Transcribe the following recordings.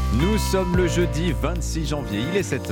Nous sommes le jeudi 26 janvier, il est 7h.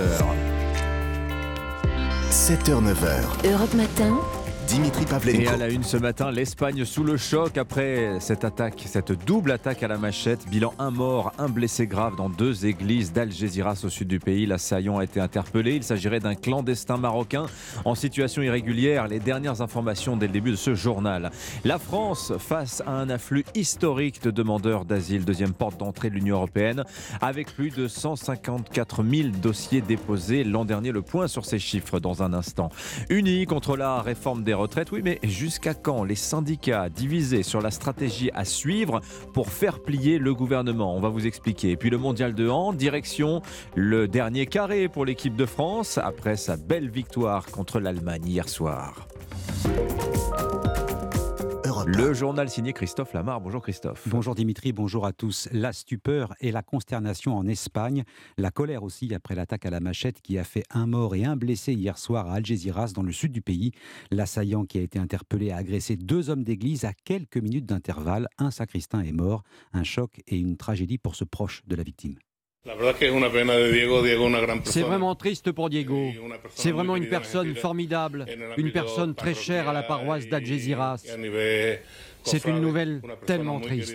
7h, 9h. Europe Matin. Dimitri Pavlenko. Et à la une ce matin, l'Espagne sous le choc après cette double attaque à la machette. Bilan, un mort, un blessé grave dans 2 églises d'Algeciras au sud du pays. L'assaillant a été interpellé. Il s'agirait d'un clandestin marocain en situation irrégulière. Les dernières informations dès le début de ce journal. La France face à un afflux historique de demandeurs d'asile. Deuxième porte d'entrée de l'Union européenne avec plus de 154 000 dossiers déposés l'an dernier. Le point sur ces chiffres dans un instant. Unis contre la réforme des retraites, oui, mais jusqu'à quand les syndicats divisés sur la stratégie à suivre pour faire plier le gouvernement? On va vous expliquer. Et puis le mondial de hand, direction le dernier carré pour l'équipe de France après sa belle victoire contre l'Allemagne hier soir. Le journal signé Christophe Lamar. Bonjour Christophe. Bonjour Dimitri, bonjour à tous. La stupeur et la consternation en Espagne. La colère aussi après l'attaque à la machette qui a fait un mort et un blessé hier soir à Algeciras dans le sud du pays. L'assaillant qui a été interpellé a agressé 2 hommes d'église à quelques minutes d'intervalle. Un sacristain est mort. Un choc et une tragédie pour ce proche de la victime. C'est vraiment triste pour Diego. C'est vraiment une personne formidable, une personne très chère à la paroisse d'Algeciras. C'est une nouvelle tellement triste.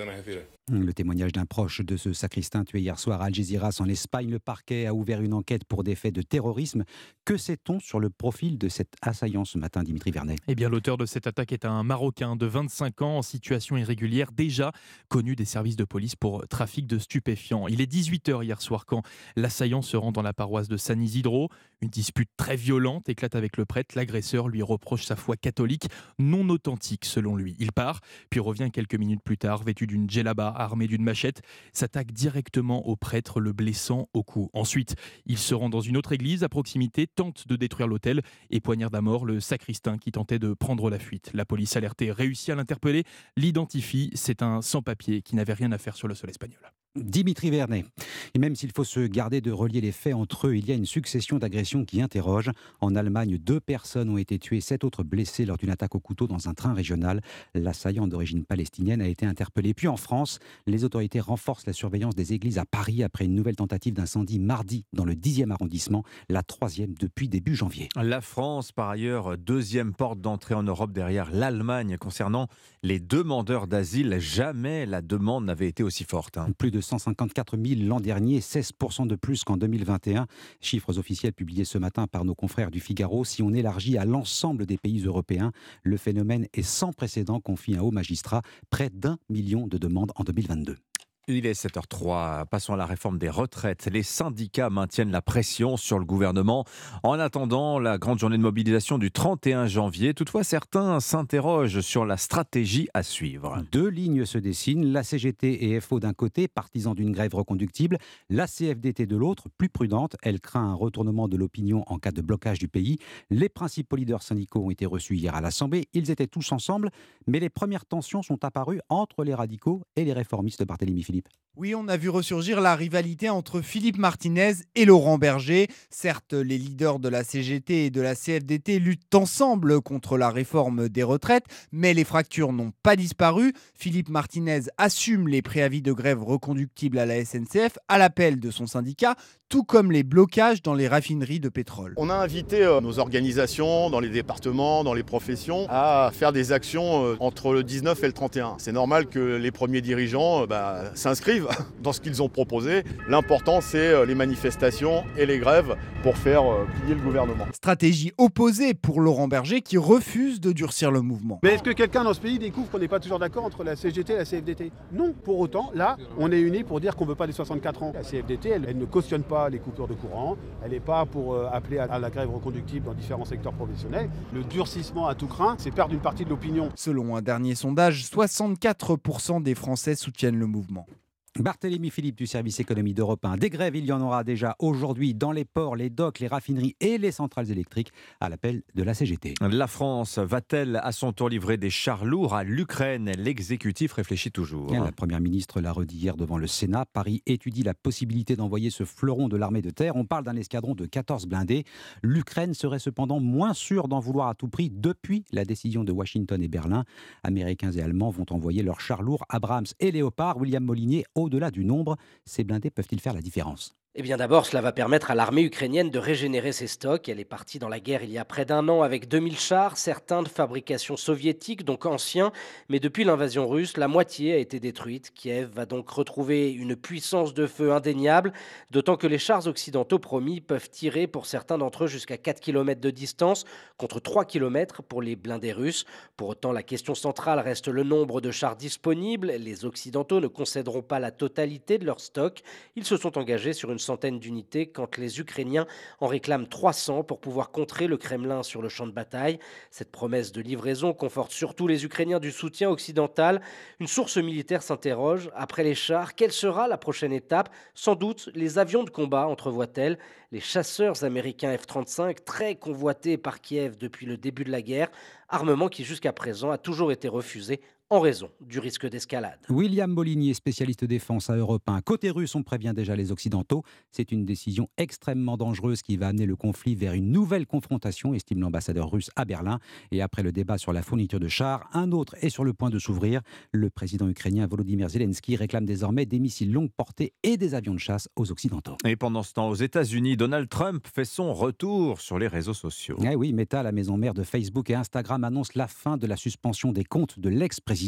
Le témoignage d'un proche de ce sacristain tué hier soir à Algeciras en Espagne. Le parquet a ouvert une enquête pour des faits de terrorisme. Que sait-on sur le profil de cet assaillant ce matin, Dimitri Vernet? Eh bien, l'auteur de cette attaque est un Marocain de 25 ans en situation irrégulière, déjà connu des services de police pour trafic de stupéfiants. Il est 18h hier soir quand l'assaillant se rend dans la paroisse de San Isidro. Une dispute très violente éclate avec le prêtre. L'agresseur lui reproche sa foi catholique non authentique selon lui. Il part, puis revient quelques minutes plus tard, vêtu d'une djellaba, armé d'une machette, s'attaque directement au prêtre, le blessant au cou. Ensuite, il se rend dans une autre église à proximité, tente de détruire l'autel et poignarde à mort le sacristain qui tentait de prendre la fuite. La police alertée réussit à l'interpeller, l'identifie, c'est un sans-papier qui n'avait rien à faire sur le sol espagnol. Dimitri Vernet. Et même s'il faut se garder de relier les faits entre eux, il y a une succession d'agressions qui interrogent. En Allemagne, 2 personnes ont été tuées, 7 autres blessées lors d'une attaque au couteau dans un train régional. L'assaillant d'origine palestinienne a été interpellé. Puis en France, les autorités renforcent la surveillance des églises à Paris après une nouvelle tentative d'incendie mardi dans le 10e arrondissement, la 3e depuis début janvier. La France, par ailleurs, 2e porte d'entrée en Europe derrière l'Allemagne concernant les demandeurs d'asile. Jamais la demande n'avait été aussi forte. Plus de 154 000 l'an dernier, 16% de plus qu'en 2021. Chiffres officiels publiés ce matin par nos confrères du Figaro. Si on élargit à l'ensemble des pays européens, le phénomène est sans précédent, confie un haut magistrat. Près d'1 million de demandes en 2022. Il est 7h03, passons à la réforme des retraites. Les syndicats maintiennent la pression sur le gouvernement en attendant la grande journée de mobilisation du 31 janvier. Toutefois, certains s'interrogent sur la stratégie à suivre. 2 lignes se dessinent, la CGT et FO d'un côté, partisans d'une grève reconductible, la CFDT de l'autre, plus prudente, elle craint un retournement de l'opinion en cas de blocage du pays. Les principaux leaders syndicaux ont été reçus hier à l'Assemblée, ils étaient tous ensemble, mais les premières tensions sont apparues entre les radicaux et les réformistes de Barthélémy Philippe. Oui, on a vu ressurgir la rivalité entre Philippe Martinez et Laurent Berger. Certes, les leaders de la CGT et de la CFDT luttent ensemble contre la réforme des retraites, mais les fractures n'ont pas disparu. Philippe Martinez assume les préavis de grève reconductibles à la SNCF à l'appel de son syndicat, tout comme les blocages dans les raffineries de pétrole. On a invité nos organisations dans les départements, dans les professions, à faire des actions entre le 19 et le 31. C'est normal que les premiers dirigeants s'inscrivent dans ce qu'ils ont proposé. L'important, c'est les manifestations et les grèves pour faire plier le gouvernement. Stratégie opposée pour Laurent Berger qui refuse de durcir le mouvement. Mais est-ce que quelqu'un dans ce pays découvre qu'on n'est pas toujours d'accord entre la CGT et la CFDT? Non. Pour autant, là, on est unis pour dire qu'on ne veut pas les 64 ans. La CFDT, elle ne cautionne pas les coupures de courant. Elle n'est pas pour appeler à la grève reconductible dans différents secteurs professionnels. Le durcissement à tout craint, c'est perdre une partie de l'opinion. Selon un dernier sondage, 64% des Français soutiennent le mouvement. Barthélémy Philippe du service économie d'Europe 1. Des grèves, il y en aura déjà aujourd'hui dans les ports, les docks, les raffineries et les centrales électriques à l'appel de la CGT. La France va-t-elle à son tour livrer des chars lourds à l'Ukraine? L'exécutif réfléchit toujours. La Première ministre l'a redit hier devant le Sénat. Paris étudie la possibilité d'envoyer ce fleuron de l'armée de terre. On parle d'un escadron de 14 blindés. L'Ukraine serait cependant moins sûre d'en vouloir à tout prix depuis la décision de Washington et Berlin. Américains et Allemands vont envoyer leurs chars lourds Abrams et Léopard. William Molinier, au-delà du nombre, ces blindés peuvent-ils faire la différence ? Eh bien d'abord, cela va permettre à l'armée ukrainienne de régénérer ses stocks. Elle est partie dans la guerre il y a près d'un an avec 2000 chars, certains de fabrication soviétique, donc anciens. Mais depuis l'invasion russe, la moitié a été détruite. Kiev va donc retrouver une puissance de feu indéniable, d'autant que les chars occidentaux promis peuvent tirer pour certains d'entre eux jusqu'à 4 km de distance, contre 3 km pour les blindés russes. Pour autant, la question centrale reste le nombre de chars disponibles. Les Occidentaux ne concéderont pas la totalité de leur stock. Ils se sont engagés sur une centaine d'unités quand les Ukrainiens en réclament 300 pour pouvoir contrer le Kremlin sur le champ de bataille. Cette promesse de livraison conforte surtout les Ukrainiens du soutien occidental. Une source militaire s'interroge. Après les chars, quelle sera la prochaine étape ? Sans doute les avions de combat, entrevoit-elle. Les chasseurs américains F-35, très convoités par Kiev depuis le début de la guerre, armement qui jusqu'à présent a toujours été refusé en raison du risque d'escalade. William Molinier, spécialiste défense à Europe 1. Côté russe, on prévient déjà les Occidentaux. C'est une décision extrêmement dangereuse qui va amener le conflit vers une nouvelle confrontation, estime l'ambassadeur russe à Berlin. Et après le débat sur la fourniture de chars, un autre est sur le point de s'ouvrir. Le président ukrainien Volodymyr Zelensky réclame désormais des missiles longue portée et des avions de chasse aux Occidentaux. Et pendant ce temps, aux États-Unis, Donald Trump fait son retour sur les réseaux sociaux. Eh oui, Meta, la maison mère de Facebook et Instagram, annonce la fin de la suspension des comptes de l'ex-président.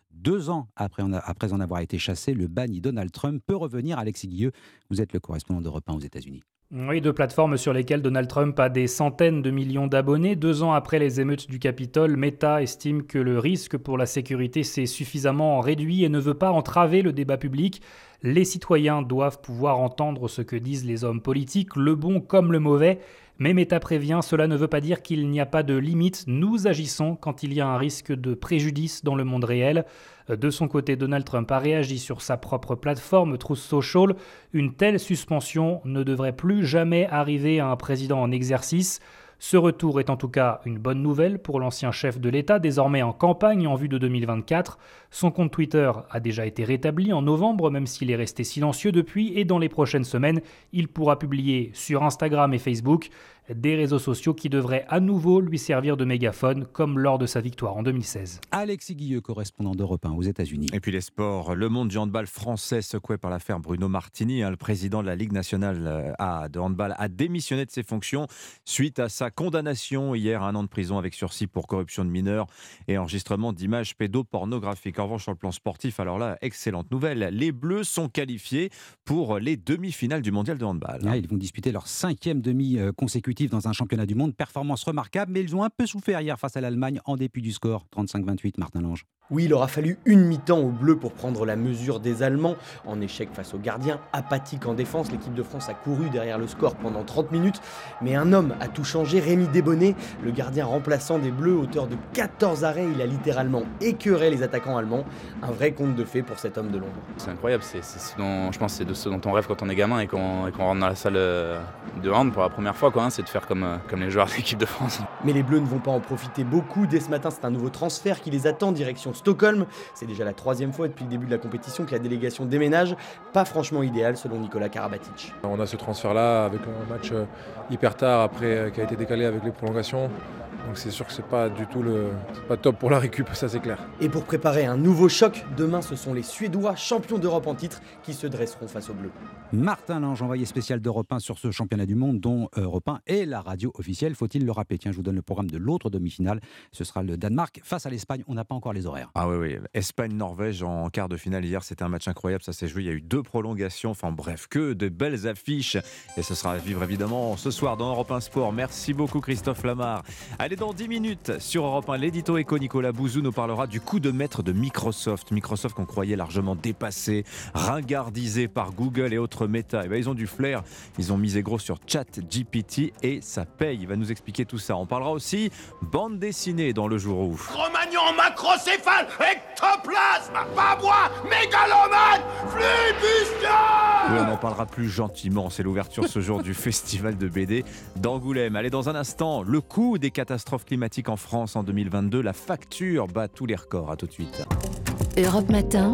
2 ans après en avoir été chassé, le banni Donald Trump peut revenir. Alexis Guilleux, vous êtes le correspondant d'Europe 1 aux États-Unis. Oui, 2 plateformes sur lesquelles Donald Trump a des centaines de millions d'abonnés. 2 ans après les émeutes du Capitole, Meta estime que le risque pour la sécurité s'est suffisamment réduit et ne veut pas entraver le débat public. Les citoyens doivent pouvoir entendre ce que disent les hommes politiques, le bon comme le mauvais. Mais Meta prévient, cela ne veut pas dire qu'il n'y a pas de limite. Nous agissons quand il y a un risque de préjudice dans le monde réel. De son côté, Donald Trump a réagi sur sa propre plateforme Truth Social. Une telle suspension ne devrait plus jamais arriver à un président en exercice. Ce retour est en tout cas une bonne nouvelle pour l'ancien chef de l'État, désormais en campagne en vue de 2024. Son compte Twitter a déjà été rétabli en novembre, même s'il est resté silencieux depuis, et dans les prochaines semaines, il pourra publier sur Instagram et Facebook des réseaux sociaux qui devraient à nouveau lui servir de mégaphone, comme lors de sa victoire en 2016. Alexis Guilleux, correspondant d'Europe 1 aux États-Unis. Et puis les sports, le monde du handball français secoué par l'affaire Bruno Martini. Le président de la Ligue nationale de handball a démissionné de ses fonctions suite à sa condamnation hier à 1 an de prison avec sursis pour corruption de mineurs et enregistrement d'images pédopornographiques. En revanche, sur le plan sportif, alors là, excellente nouvelle, les Bleus sont qualifiés pour les demi-finales du mondial de handball. Ils vont disputer leur 5e demi consécutif dans un championnat du monde. Performance remarquable, mais ils ont un peu souffert hier face à l'Allemagne en dépit du score. 35-28, Martin Lange. Oui, il aura fallu une mi-temps aux Bleus pour prendre la mesure des Allemands. En échec face aux gardiens, apathique en défense, l'équipe de France a couru derrière le score pendant 30 minutes. Mais un homme a tout changé, Rémi Desbonnets, le gardien remplaçant des Bleus, auteur de 14 arrêts. Il a littéralement écœuré les attaquants allemands. Un vrai conte de fées pour cet homme de l'ombre. C'est incroyable, je pense que c'est de ce dont on rêve quand on est gamin et qu'on rentre dans la salle de hand pour la première fois, c'est de faire comme les joueurs de l'équipe de France. Mais les Bleus ne vont pas en profiter beaucoup. Dès ce matin, c'est un nouveau transfert qui les attend, direction Stockholm. C'est déjà la 3e fois depuis le début de la compétition que la délégation déménage. Pas franchement idéal selon Nicolas Karabatic. On a ce transfert-là avec un match hyper tard après qui a été décalé avec les prolongations. Donc c'est sûr que c'est pas du tout pas top pour la récup, ça c'est clair. Et pour préparer un nouveau choc, demain ce sont les Suédois, champions d'Europe en titre, qui se dresseront face aux Bleus. Martin Lange, envoyé spécial d'Europe 1 sur ce championnat du monde dont Europe 1 est la radio officielle, faut-il le rappeler. Tiens, je vous donne le programme de l'autre demi-finale. Ce sera le Danemark face à l'Espagne. On n'a pas encore les horaires. Ah oui. Espagne-Norvège en quart de finale hier, c'était un match incroyable, ça s'est joué. Il y a eu 2 prolongations, enfin bref, que de belles affiches. Et ce sera à vivre évidemment ce soir dans Europe 1 Sport. Merci beaucoup Christophe Lamar. Allez, dans 10 minutes sur Europe 1, l'édito éco Nicolas Bouzou nous parlera du coup de maître de Microsoft. Microsoft qu'on croyait largement dépassé, ringardisé par Google et autres méta. Et bien, ils ont du flair, ils ont misé gros sur ChatGPT et ça paye. Il va nous expliquer tout ça. On parlera aussi bande dessinée dans le jour où. Cro-Magnon, macrocéphale, ectoplasme, babois, mégalomane, fluibustian. Oui, on en parlera plus gentiment. C'est l'ouverture ce jour du festival de BD d'Angoulême. Allez, dans un instant, le coût des catastrophes climatiques en France en 2022. La facture bat tous les records. À tout de suite. Europe Matin.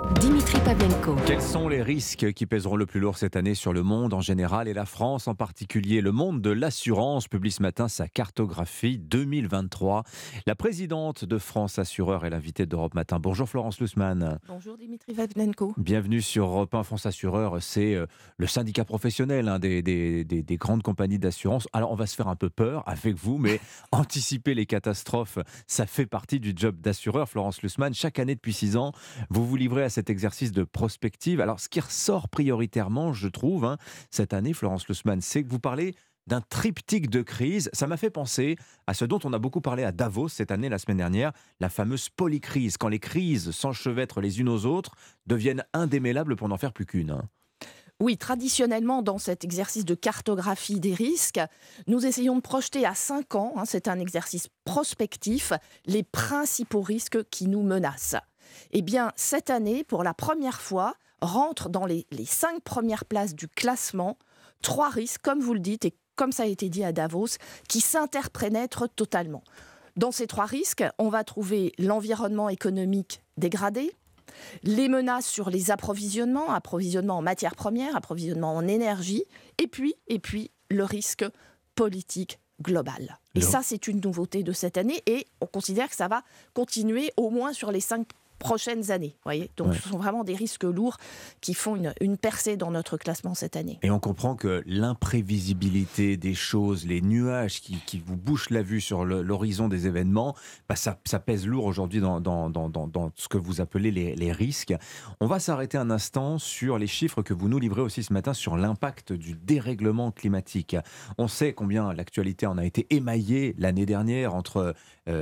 Dimitri Pavlenko. Quels sont les risques qui pèseront le plus lourd cette année sur le monde en général et la France en particulier? Le monde de l'assurance publie ce matin sa cartographie 2023. La présidente de France Assureur est l'invitée d'Europe Matin. Bonjour Florence Lussmann. Bonjour Dimitri Pavlenko. Bienvenue sur Europe 1. France Assureur, c'est le syndicat professionnel des grandes compagnies d'assurance. Alors on va se faire un peu peur avec vous, mais anticiper les catastrophes, ça fait partie du job d'assureur. Florence Lussmann, chaque année depuis 6 ans, vous vous livrez à cet exercice de prospective. Alors, ce qui ressort prioritairement, je trouve, cette année, Florence Lussmann, c'est que vous parlez d'un triptyque de crise. Ça m'a fait penser à ce dont on a beaucoup parlé à Davos cette année, la semaine dernière, la fameuse polycrise, quand les crises s'enchevêtrent les unes aux autres, deviennent indémêlables pour n'en faire plus qu'une. Oui, traditionnellement, dans cet exercice de cartographie des risques, nous essayons de projeter à 5 ans, c'est un exercice prospectif, les principaux risques qui nous menacent. Eh bien, cette année, pour la première fois, rentrent dans les 5 premières places du classement 3 risques, comme vous le dites, et comme ça a été dit à Davos, qui s'interpénètrent totalement. Dans ces 3 risques, on va trouver l'environnement économique dégradé, les menaces sur les approvisionnements en matières premières, approvisionnement en énergie, et puis le risque politique global. Et ça, c'est une nouveauté de cette année, et on considère que ça va continuer au moins sur les 5 prochaines années. Voyez, donc ce sont vraiment des risques lourds qui font une percée dans notre classement cette année. Et on comprend que l'imprévisibilité des choses, les nuages qui vous bouchent la vue sur l'horizon des événements, ça pèse lourd aujourd'hui dans ce que vous appelez les risques. On va s'arrêter un instant sur les chiffres que vous nous livrez aussi ce matin sur l'impact du dérèglement climatique. On sait combien l'actualité en a été émaillée l'année dernière entre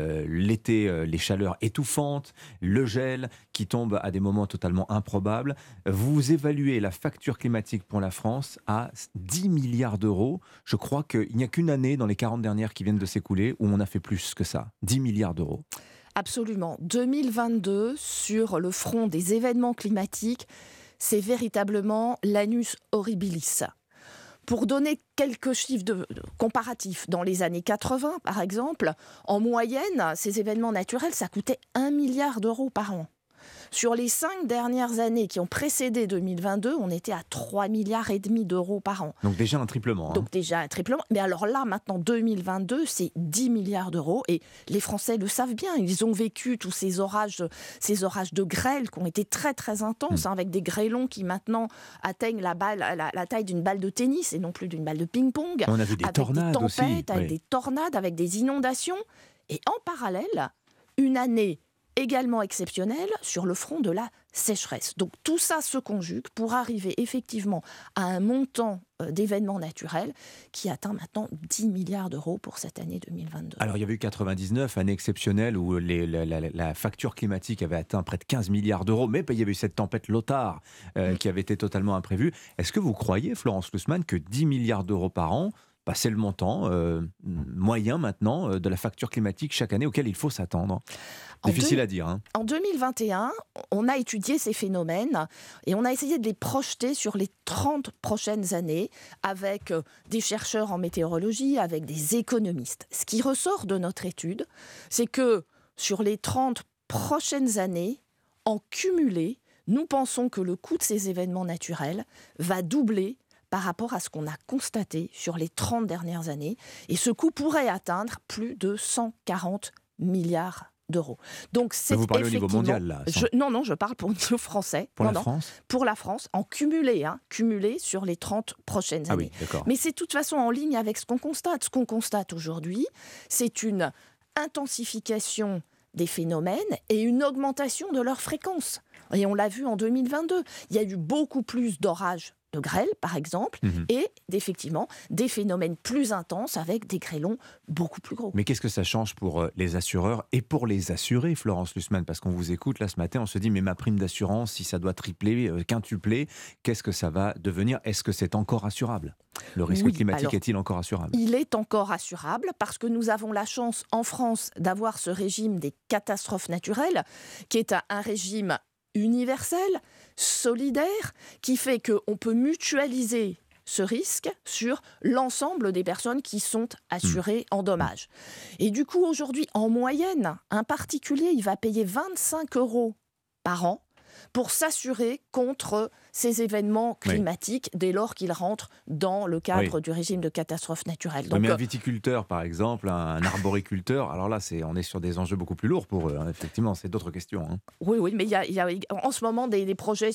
l'été, les chaleurs étouffantes, le gel qui tombe à des moments totalement improbables. Vous évaluez la facture climatique pour la France à 10 milliards d'euros. Je crois qu'il n'y a qu'une année dans les 40 dernières qui viennent de s'écouler où on a fait plus que ça. 10 milliards d'euros. Absolument. 2022, sur le front des événements climatiques, c'est véritablement l'annus horribilis. Pour donner quelques chiffres comparatifs, dans les années 80, par exemple, en moyenne, ces événements naturels, ça coûtait 1 milliard d'euros par an. Sur les 5 dernières années qui ont précédé 2022, on était à 3,5 milliards d'euros par an. Donc déjà un triplement. Donc déjà un triplement. Mais alors là, maintenant, 2022, c'est 10 milliards d'euros. Et les Français le savent bien. Ils ont vécu tous ces orages de grêle qui ont été très, très intenses, avec des grêlons qui maintenant atteignent la taille d'une balle de tennis et non plus d'une balle de ping-pong. On a vu des tornades aussi. Avec des tempêtes, avec des tornades, avec des inondations. Et en parallèle, une année également exceptionnelle sur le front de la sécheresse. Donc tout ça se conjugue pour arriver effectivement à un montant d'événements naturels qui atteint maintenant 10 milliards d'euros pour cette année 2022. Alors il y avait eu 99, année exceptionnelle où la facture climatique avait atteint près de 15 milliards d'euros, mais il y avait eu cette tempête Lothar qui avait été totalement imprévue. Est-ce que vous croyez, Florence Lussmann, que 10 milliards d'euros par an, c'est le montant moyen maintenant de la facture climatique chaque année auquel il faut s'attendre? Difficile à dire. En 2021, on a étudié ces phénomènes et on a essayé de les projeter sur les 30 prochaines années avec des chercheurs en météorologie, avec des économistes. Ce qui ressort de notre étude, c'est que sur les 30 prochaines années, en cumulé, nous pensons que le coût de ces événements naturels va doubler par rapport à ce qu'on a constaté sur les 30 dernières années. Et ce coût pourrait atteindre plus de 140 milliards d'euros. Donc c'est vous parlez au niveau mondial, là Non, je parle pour le niveau français. Pour la France ? Pour la France, en cumulé sur les 30 prochaines années. Oui, d'accord. Mais c'est de toute façon en ligne avec ce qu'on constate. Ce qu'on constate aujourd'hui, c'est une intensification des phénomènes et une augmentation de leur fréquence. Et on l'a vu en 2022. Il y a eu beaucoup plus d'orages de grêle, par exemple, et effectivement des phénomènes plus intenses avec des grêlons beaucoup plus gros. Mais qu'est-ce que ça change pour les assureurs et pour les assurés, Florence Lussmann? Parce qu'on vous écoute là ce matin, on se dit mais ma prime d'assurance, si ça doit tripler, quintupler, qu'est-ce que ça va devenir? Est-ce que c'est encore assurable? Le risque climatique est-il encore assurable? Il est encore assurable parce que nous avons la chance en France d'avoir ce régime des catastrophes naturelles qui est un régime universel, solidaire, qui fait qu'on peut mutualiser ce risque sur l'ensemble des personnes qui sont assurées en dommages. Et du coup, aujourd'hui, en moyenne, un particulier, il va payer 25 € par an pour s'assurer contre ces événements climatiques dès lors qu'ils rentrent dans le cadre du régime de catastrophe naturelle. Donc, mais un viticulteur, par exemple, un arboriculteur, alors là, on est sur des enjeux beaucoup plus lourds pour eux. Hein. Effectivement, c'est d'autres questions. Hein. Oui, mais il y a en ce moment des projets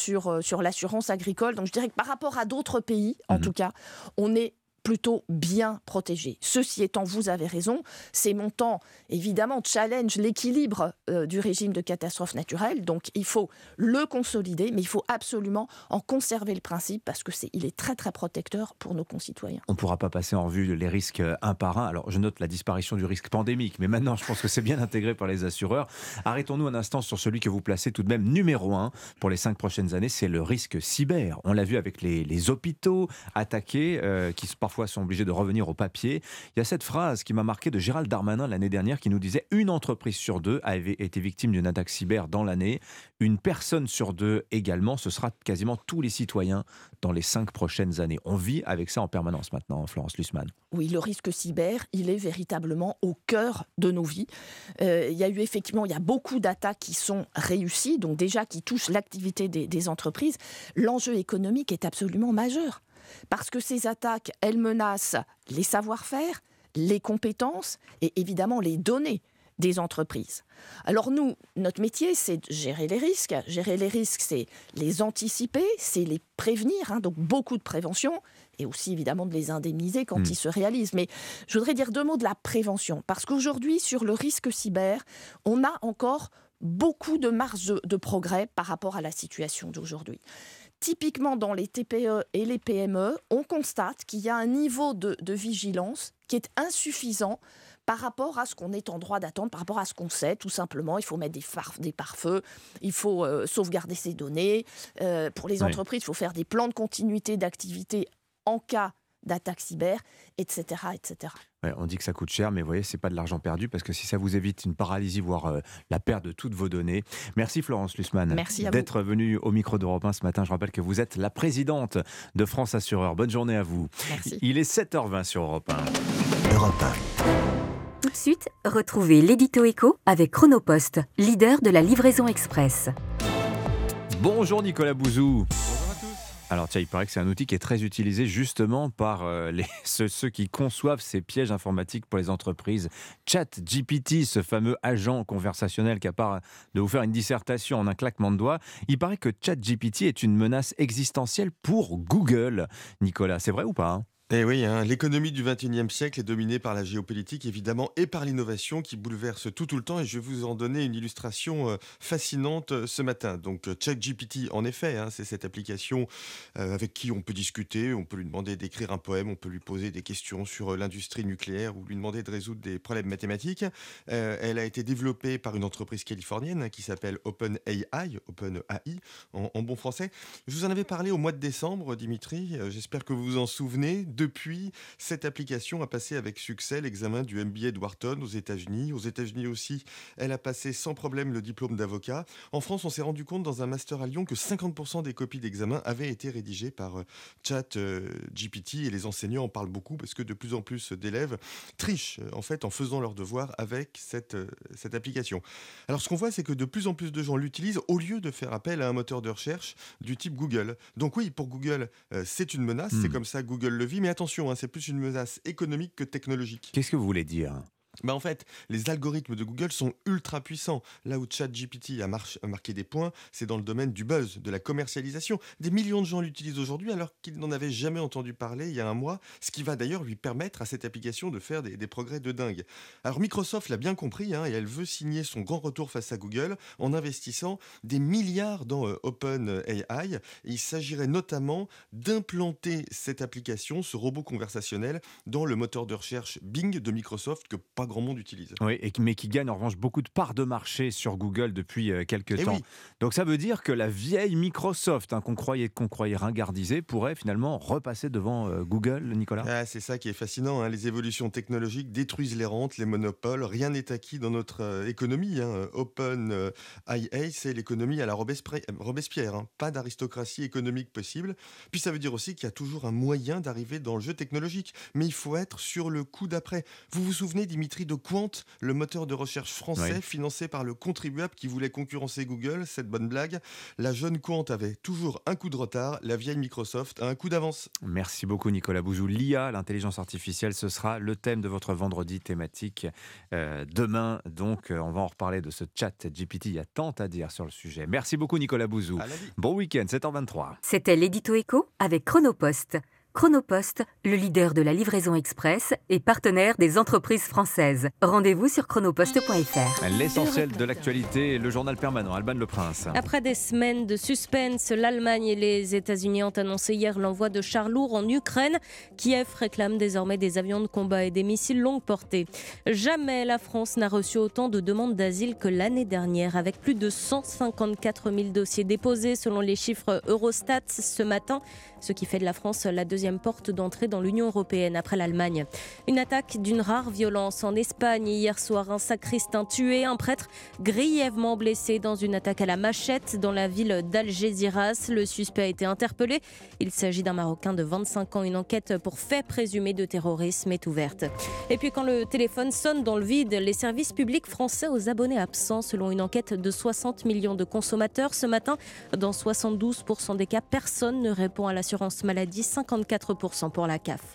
sur l'assurance agricole. Donc je dirais que par rapport à d'autres pays, en tout cas, on est plutôt bien protégés. Ceci étant, vous avez raison, ces montants, évidemment, challenge l'équilibre du régime de catastrophe naturelle. Donc, il faut le consolider, mais il faut absolument en conserver le principe parce qu'il est très, très protecteur pour nos concitoyens. On ne pourra pas passer en revue les risques un par un. Alors, je note la disparition du risque pandémique, mais maintenant, je pense que c'est bien intégré par les assureurs. Arrêtons-nous un instant sur celui que vous placez tout de même numéro 1 pour les 5 prochaines années, c'est le risque cyber. On l'a vu avec les hôpitaux attaqués, qui parfois sont obligés de revenir au papier. Il y a cette phrase qui m'a marqué de Gérald Darmanin l'année dernière qui nous disait « Une entreprise sur 2 a été victime d'une attaque cyber dans l'année. Une personne sur 2 également. Ce sera quasiment tous les citoyens dans les 5 prochaines années. » On vit avec ça en permanence maintenant, Florence Lussmann. Oui, le risque cyber, il est véritablement au cœur de nos vies. Il y a beaucoup d'attaques qui sont réussies, donc déjà qui touchent l'activité des entreprises. L'enjeu économique est absolument majeur. Parce que ces attaques, elles menacent les savoir-faire, les compétences et évidemment les données des entreprises. Alors nous, notre métier, c'est de gérer les risques. Gérer les risques, c'est les anticiper, c'est les prévenir, donc beaucoup de prévention, et aussi évidemment de les indemniser quand ils se réalisent. Mais je voudrais dire 2 mots de la prévention, parce qu'aujourd'hui, sur le risque cyber, on a encore beaucoup de marge de progrès par rapport à la situation d'aujourd'hui. Typiquement, dans les TPE et les PME, on constate qu'il y a un niveau de vigilance qui est insuffisant par rapport à ce qu'on est en droit d'attendre, par rapport à ce qu'on sait. Tout simplement, il faut mettre des pare-feux, il faut sauvegarder ses données. Pour les entreprises, il faut faire des plans de continuité d'activité en cas d'attaque cyber, etc. etc. Ouais, on dit que ça coûte cher, mais vous voyez, c'est pas de l'argent perdu, parce que si ça vous évite une paralysie, voire la perte de toutes vos données. Merci Florence Lussmann d'être venue au micro d'Europe 1 ce matin. Je rappelle que vous êtes la présidente de France Assureur. Bonne journée à vous. Merci. Il est 7h20 sur Europe 1. Europe 1. Tout de suite, retrouvez l'édito éco avec Chronopost, leader de la livraison express. Bonjour Nicolas Bouzou. Alors tiens, il paraît que c'est un outil qui est très utilisé justement par ceux qui conçoivent ces pièges informatiques pour les entreprises. ChatGPT, ce fameux agent conversationnel capable de vous faire une dissertation en un claquement de doigts. Il paraît que ChatGPT est une menace existentielle pour Google. Nicolas, c'est vrai ou pas ? Eh oui, l'économie du XXIe siècle est dominée par la géopolitique, évidemment, et par l'innovation qui bouleverse tout le temps. Et je vais vous en donner une illustration fascinante ce matin. Donc, ChatGPT, en effet, c'est cette application avec qui on peut discuter. On peut lui demander d'écrire un poème, on peut lui poser des questions sur l'industrie nucléaire ou lui demander de résoudre des problèmes mathématiques. Elle a été développée par une entreprise californienne qui s'appelle OpenAI en bon français. Je vous en avais parlé au mois de décembre, Dimitri. J'espère que vous vous en souvenez. Depuis, cette application a passé avec succès l'examen du MBA de Wharton aux États-Unis. Aux États-Unis aussi, elle a passé sans problème le diplôme d'avocat. En France, on s'est rendu compte dans un master à Lyon que 50% des copies d'examen avaient été rédigées par ChatGPT et les enseignants en parlent beaucoup parce que de plus en plus d'élèves trichent en fait en faisant leurs devoirs avec cette application. Alors ce qu'on voit, c'est que de plus en plus de gens l'utilisent au lieu de faire appel à un moteur de recherche du type Google. Donc oui, pour Google, c'est une menace, c'est comme ça Google le vit. Mais attention, c'est plus une menace économique que technologique. Qu'est-ce que vous voulez dire ? En fait, les algorithmes de Google sont ultra puissants. Là où ChatGPT a marqué des points, c'est dans le domaine du buzz, de la commercialisation. Des millions de gens l'utilisent aujourd'hui alors qu'ils n'en avaient jamais entendu parler il y a un mois, ce qui va d'ailleurs lui permettre à cette application de faire des progrès de dingue. Alors Microsoft l'a bien compris et elle veut signer son grand retour face à Google en investissant des milliards dans OpenAI. Il s'agirait notamment d'implanter cette application, ce robot conversationnel, dans le moteur de recherche Bing de Microsoft que pas grand monde utilise. Oui, mais qui gagne en revanche beaucoup de parts de marché sur Google depuis quelques temps. Oui. Donc ça veut dire que la vieille Microsoft qu'on croyait ringardisée pourrait finalement repasser devant Google, Nicolas ? C'est ça qui est fascinant. Les évolutions technologiques détruisent les rentes, les monopoles. Rien n'est acquis dans notre économie. OpenAI, c'est l'économie à la Robespierre. Pas d'aristocratie économique possible. Puis ça veut dire aussi qu'il y a toujours un moyen d'arriver dans le jeu technologique. Mais il faut être sur le coup d'après. Vous vous souvenez, Dimitri, l'industrie de Quant, le moteur de recherche français Oui. financé par le contribuable qui voulait concurrencer Google. Cette bonne blague. La jeune Quant avait toujours un coup de retard. La vieille Microsoft a un coup d'avance. Merci beaucoup Nicolas Bouzou. L'IA, l'intelligence artificielle, ce sera le thème de votre vendredi thématique demain. Donc on va en reparler de ce chat GPT. Il y a tant à dire sur le sujet. Merci beaucoup Nicolas Bouzou. Bon week-end, 7h23. C'était l'édito écho avec Chronopost. Chronopost, le leader de la livraison express et partenaire des entreprises françaises. Rendez-vous sur chronopost.fr. L'essentiel de l'actualité, le journal permanent, Alban Le Prince. Après des semaines de suspense, l'Allemagne et les États-Unis ont annoncé hier l'envoi de chars lourds en Ukraine. Kiev réclame désormais des avions de combat et des missiles longue portée. Jamais la France n'a reçu autant de demandes d'asile que l'année dernière, avec plus de 154 000 dossiers déposés selon les chiffres Eurostat ce matin, ce qui fait de la France la deuxième porte d'entrée dans l'Union européenne après l'Allemagne. Une attaque d'une rare violence en Espagne hier soir. Un sacristain tué, un prêtre grièvement blessé dans une attaque à la machette dans la ville d'Algeciras. Le suspect a été interpellé. Il s'agit d'un Marocain de 25 ans. Une enquête pour fait présumé de terrorisme est ouverte. Et puis quand le téléphone sonne dans le vide, les services publics français aux abonnés absents selon une enquête de 60 millions de consommateurs. Ce matin, dans 72% des cas, personne ne répond à l'assurance maladie, 54% pour la CAF.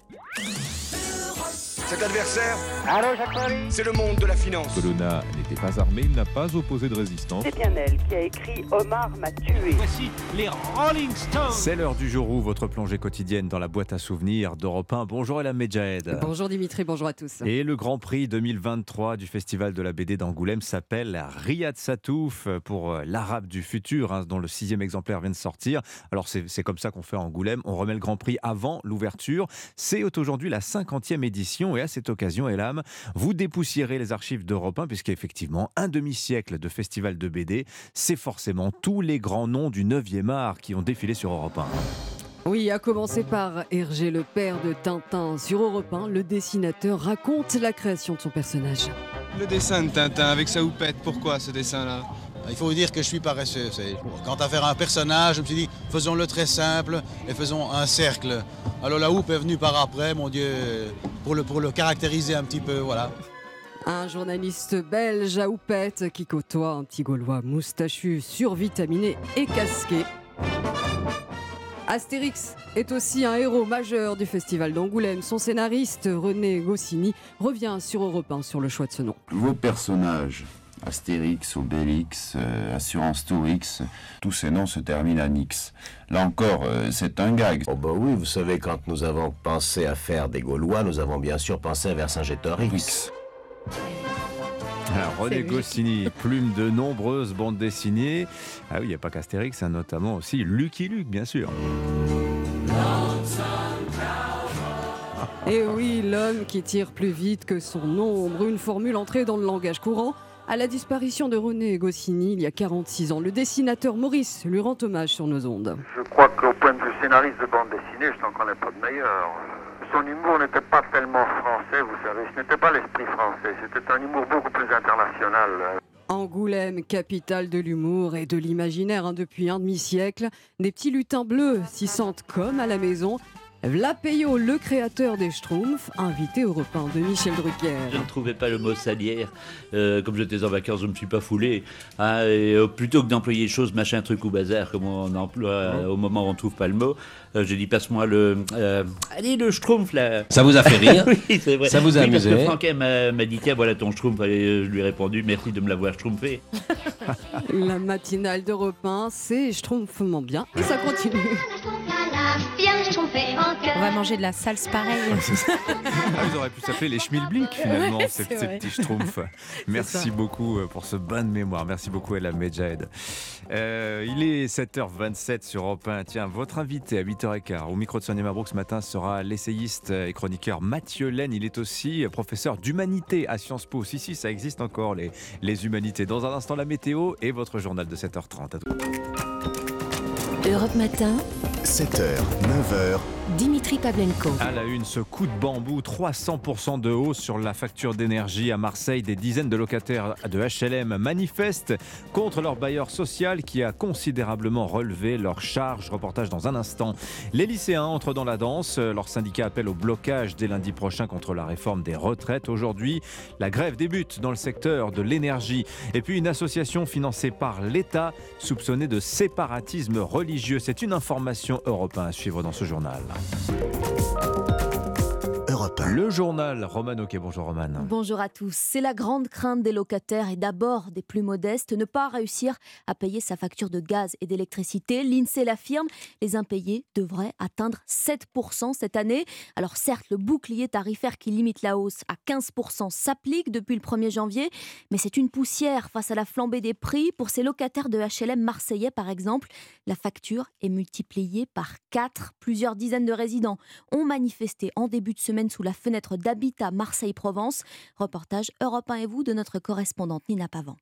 Cet adversaire, c'est le monde de la finance. Colonna n'était pas armé, il n'a pas opposé de résistance. C'est bien elle qui a écrit « Omar m'a tué ». Voici les Rolling Stones. C'est l'heure du jour où votre plongée quotidienne dans la boîte à souvenirs d'Europe 1. Bonjour Elam Medjahed. Bonjour Dimitri, bonjour à tous. Et le Grand Prix 2023 du Festival de la BD d'Angoulême s'appelle Riyad Satouf pour l'Arabe du futur, dont le 6e exemplaire vient de sortir. Alors c'est comme ça qu'on fait à Angoulême, on remet le Grand Prix avant l'ouverture. C'est aujourd'hui la 50e édition et à cette occasion, Elam, vous dépoussiérez les archives d'Europe 1 puisqu'effectivement, un demi-siècle de festival de BD, c'est forcément tous les grands noms du 9e art qui ont défilé sur Europe 1. Oui, à commencer par Hergé, le père de Tintin. Sur Europe 1, le dessinateur raconte la création de son personnage. Le dessin de Tintin avec sa houppette, pourquoi ce dessin-là ? Il faut vous dire que je suis paresseux. Quant à faire un personnage, je me suis dit, faisons-le très simple et faisons un cercle. Alors la houppe est venue par après, mon Dieu, pour le caractériser un petit peu, voilà. Un journaliste belge à houppette qui côtoie un petit Gaulois moustachu, survitaminé et casqué. Astérix est aussi un héros majeur du Festival d'Angoulême. Son scénariste, René Goscinny, revient sur Europe 1 sur le choix de ce nom. Vos personnages, Astérix, Obélix, Assurance Tourix, tous ces noms se terminent en X. Là encore, c'est un gag. Oh bah oui, vous savez, quand nous avons pensé à faire des Gaulois, nous avons bien sûr pensé à Vercingétorix. Alors, René Goscinny, plume de nombreuses bandes dessinées. Ah oui, il n'y a pas qu'Astérix, notamment aussi Lucky Luke, bien sûr. Et oui, l'homme qui tire plus vite que son ombre, une formule entrée dans le langage courant. À la disparition de René Goscinny, il y a 46 ans, le dessinateur Maurice lui rend hommage sur nos ondes. Je crois qu'au point de vue scénariste de bande dessinée, je n'en connais pas de meilleur. Son humour n'était pas tellement français, vous savez, ce n'était pas l'esprit français, c'était un humour beaucoup plus international. Angoulême, capitale de l'humour et de l'imaginaire depuis un demi-siècle. Des petits lutins bleus s'y sentent comme à la maison. V'là Peyo, le créateur des Schtroumpfs, invité au repas de Michel Drucker. Je ne trouvais pas le mot salière. Comme j'étais en vacances, je ne me suis pas foulé. Plutôt que d'employer choses, machin, truc ou bazar, comme on emploie au moment où on ne trouve pas le mot, j'ai dit passe-moi allez, le Schtroumpf là. Ça vous a fait rire? Oui, c'est vrai. Ça vous a amusé? Parce que Franquet m'a dit tiens, voilà ton Schtroumpf. Je lui ai répondu merci de me l'avoir schtroumpfé. La matinale d'Europe 1, c'est Schtroumpfement bien. Et ça continue. On va manger de la salse pareille. Ils auraient pu s'appeler les Schmilblick finalement, ces petits Schtroumpfs. Merci beaucoup pour ce bain de mémoire. Merci beaucoup Elam Medjahed. Il est 7h27 sur Europe 1. Tiens, votre invité à 8h15 au micro de Sonia Mabrouk ce matin sera l'essayiste et chroniqueur Mathieu Laine. Il est aussi professeur d'humanité à Sciences Po. Si, ça existe encore les humanités. Dans un instant, la météo et votre journal de 7h30. Europe Matin. 7h, 9h. Dimitri Pavlenko. À la une, ce coup de bambou, 300% de hausse sur la facture d'énergie à Marseille. Des dizaines de locataires de HLM manifestent contre leur bailleur social qui a considérablement relevé leurs charges. Reportage dans un instant. Les lycéens entrent dans la danse. Leur syndicat appelle au blocage dès lundi prochain contre la réforme des retraites. Aujourd'hui, la grève débute dans le secteur de l'énergie. Et puis une association financée par l'État soupçonnée de séparatisme religieux. C'est une information Europe 1 à suivre dans ce journal. Le journal, Roman Oquet. Bonjour Roman. Bonjour à tous. C'est la grande crainte des locataires et d'abord des plus modestes, ne pas réussir à payer sa facture de gaz et d'électricité. L'INSEE l'affirme, les impayés devraient atteindre 7% cette année. Alors certes, le bouclier tarifaire qui limite la hausse à 15% s'applique depuis le 1er janvier, mais c'est une poussière face à la flambée des prix. Pour ces locataires de HLM marseillais par exemple, la facture est multipliée par 4. Plusieurs dizaines de résidents ont manifesté en début de semaine sous la fenêtre d'Habitat Marseille-Provence. Reportage Europe 1 et vous de notre correspondante Nina Pavan.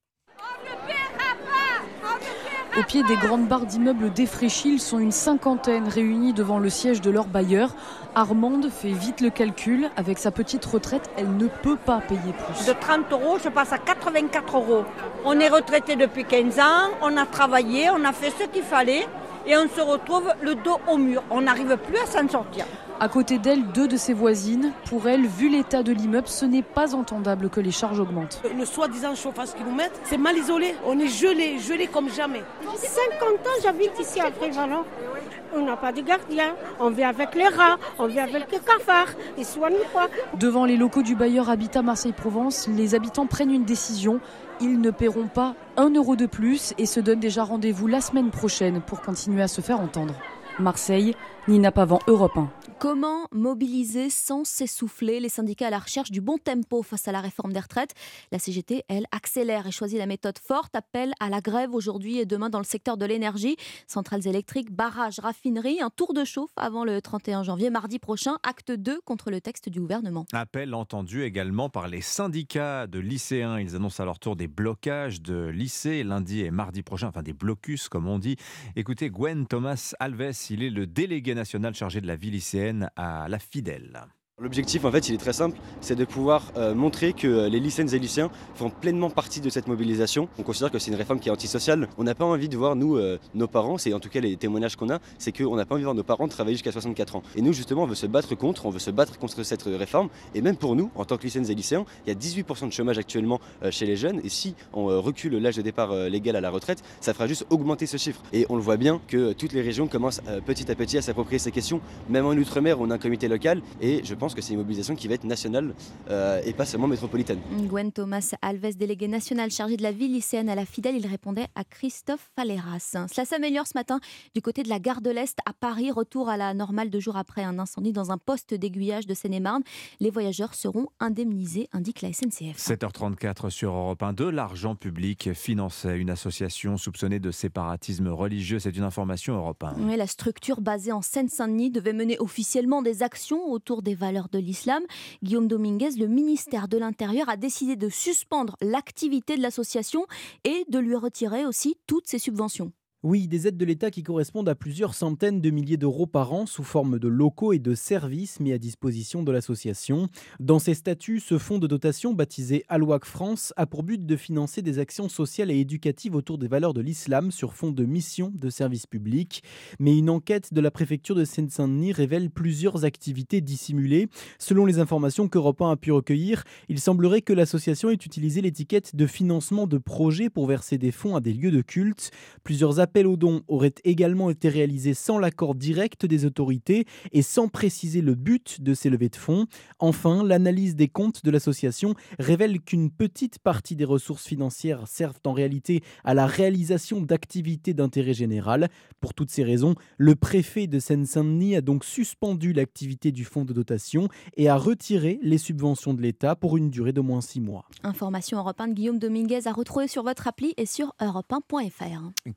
Au pied des grandes barres d'immeubles défraîchis, ils sont une cinquantaine réunis devant le siège de leur bailleur. Armande fait vite le calcul. Avec sa petite retraite, elle ne peut pas payer plus. De 30 €, je passe à 84 €. On est retraité depuis 15 ans, on a travaillé, on a fait ce qu'il fallait et on se retrouve le dos au mur. On n'arrive plus à s'en sortir. À côté d'elle, 2 de ses voisines. Pour elle, vu l'état de l'immeuble, ce n'est pas entendable que les charges augmentent. Le soi-disant chauffage qu'ils nous mettent, c'est mal isolé. On est gelé comme jamais. 50 ans, j'habite ici à Prévalon. On n'a pas de gardien. On vit avec les rats, on vit avec les cafards. Ils soignent quoi ? Devant les locaux du bailleur Habitat Marseille-Provence, les habitants prennent une décision. Ils ne paieront pas 1 € de plus et se donnent déjà rendez-vous la semaine prochaine pour continuer à se faire entendre. Marseille, Nina Pavan, Europe 1. Comment mobiliser sans s'essouffler? Les syndicats à la recherche du bon tempo face à la réforme des retraites. La CGT, elle, accélère et choisit la méthode forte. Appel à la grève aujourd'hui et demain dans le secteur de l'énergie. Centrales électriques, barrages, raffineries. Un tour de chauffe avant le 31 janvier. Mardi prochain, acte 2 contre le texte du gouvernement. Appel entendu également par les syndicats de lycéens. Ils annoncent à leur tour des blocages de lycées lundi et mardi prochain. Enfin, des blocus, comme on dit. Écoutez, Gwen Thomas Alves, il est le délégué national chargé de la vie lycéenne à la Fidèle. L'objectif, en fait, il est très simple, c'est de pouvoir montrer que les lycéennes et lycéens font pleinement partie de cette mobilisation. On considère que c'est une réforme qui est antisociale. On n'a pas envie de voir, nous, nos parents, c'est en tout cas les témoignages qu'on a, c'est qu'on n'a pas envie de voir nos parents travailler jusqu'à 64 ans. Et nous, justement, on veut se battre contre cette réforme. Et même pour nous, en tant que lycéennes et lycéens, il y a 18% de chômage actuellement chez les jeunes. Et si on recule l'âge de départ légal à la retraite, ça fera juste augmenter ce chiffre. Et on le voit bien que toutes les régions commencent petit à petit à s'approprier ces questions. Même en Outre-mer, on a un comité local. Et je pense que c'est une mobilisation qui va être nationale et pas seulement métropolitaine. Gwen Thomas Alves, délégué national chargé de la vie lycéenne à la Fidèle, il répondait à Christophe Falleras. Cela s'améliore ce matin du côté de la gare de l'Est à Paris. Retour à la normale 2 jours après un incendie dans un poste d'aiguillage de Seine-et-Marne. Les voyageurs seront indemnisés, indique la SNCF. 7h34 sur Europe 1. De l'argent public finançait une association soupçonnée de séparatisme religieux. C'est une information Europe 1. Oui, la structure basée en Seine-Saint-Denis devait mener officiellement des actions autour des valeurs de l'islam. Guillaume Dominguez, le ministère de l'Intérieur a décidé de suspendre l'activité de l'association et de lui retirer aussi toutes ses subventions. Oui, des aides de l'État qui correspondent à plusieurs centaines de milliers d'euros par an sous forme de locaux et de services mis à disposition de l'association. Dans ses statuts, ce fonds de dotation baptisé Al-Waqf France a pour but de financer des actions sociales et éducatives autour des valeurs de l'islam sur fond de mission de service public. Mais une enquête de la préfecture de Seine-Saint-Denis révèle plusieurs activités dissimulées. Selon les informations qu'Europe 1 a pu recueillir, il semblerait que l'association ait utilisé l'étiquette de financement de projets pour verser des fonds à des lieux de culte. Plusieurs appels aux dons auraient également été réalisés sans l'accord direct des autorités et sans préciser le but de ces levées de fonds. Enfin, l'analyse des comptes de l'association révèle qu'une petite partie des ressources financières servent en réalité à la réalisation d'activités d'intérêt général. Pour toutes ces raisons, le préfet de Seine-Saint-Denis a donc suspendu l'activité du fonds de dotation et a retiré les subventions de l'État pour une durée d'au moins 6 mois. Information Europe 1 de Guillaume Dominguez à retrouver sur votre appli et sur europe1.fr. Question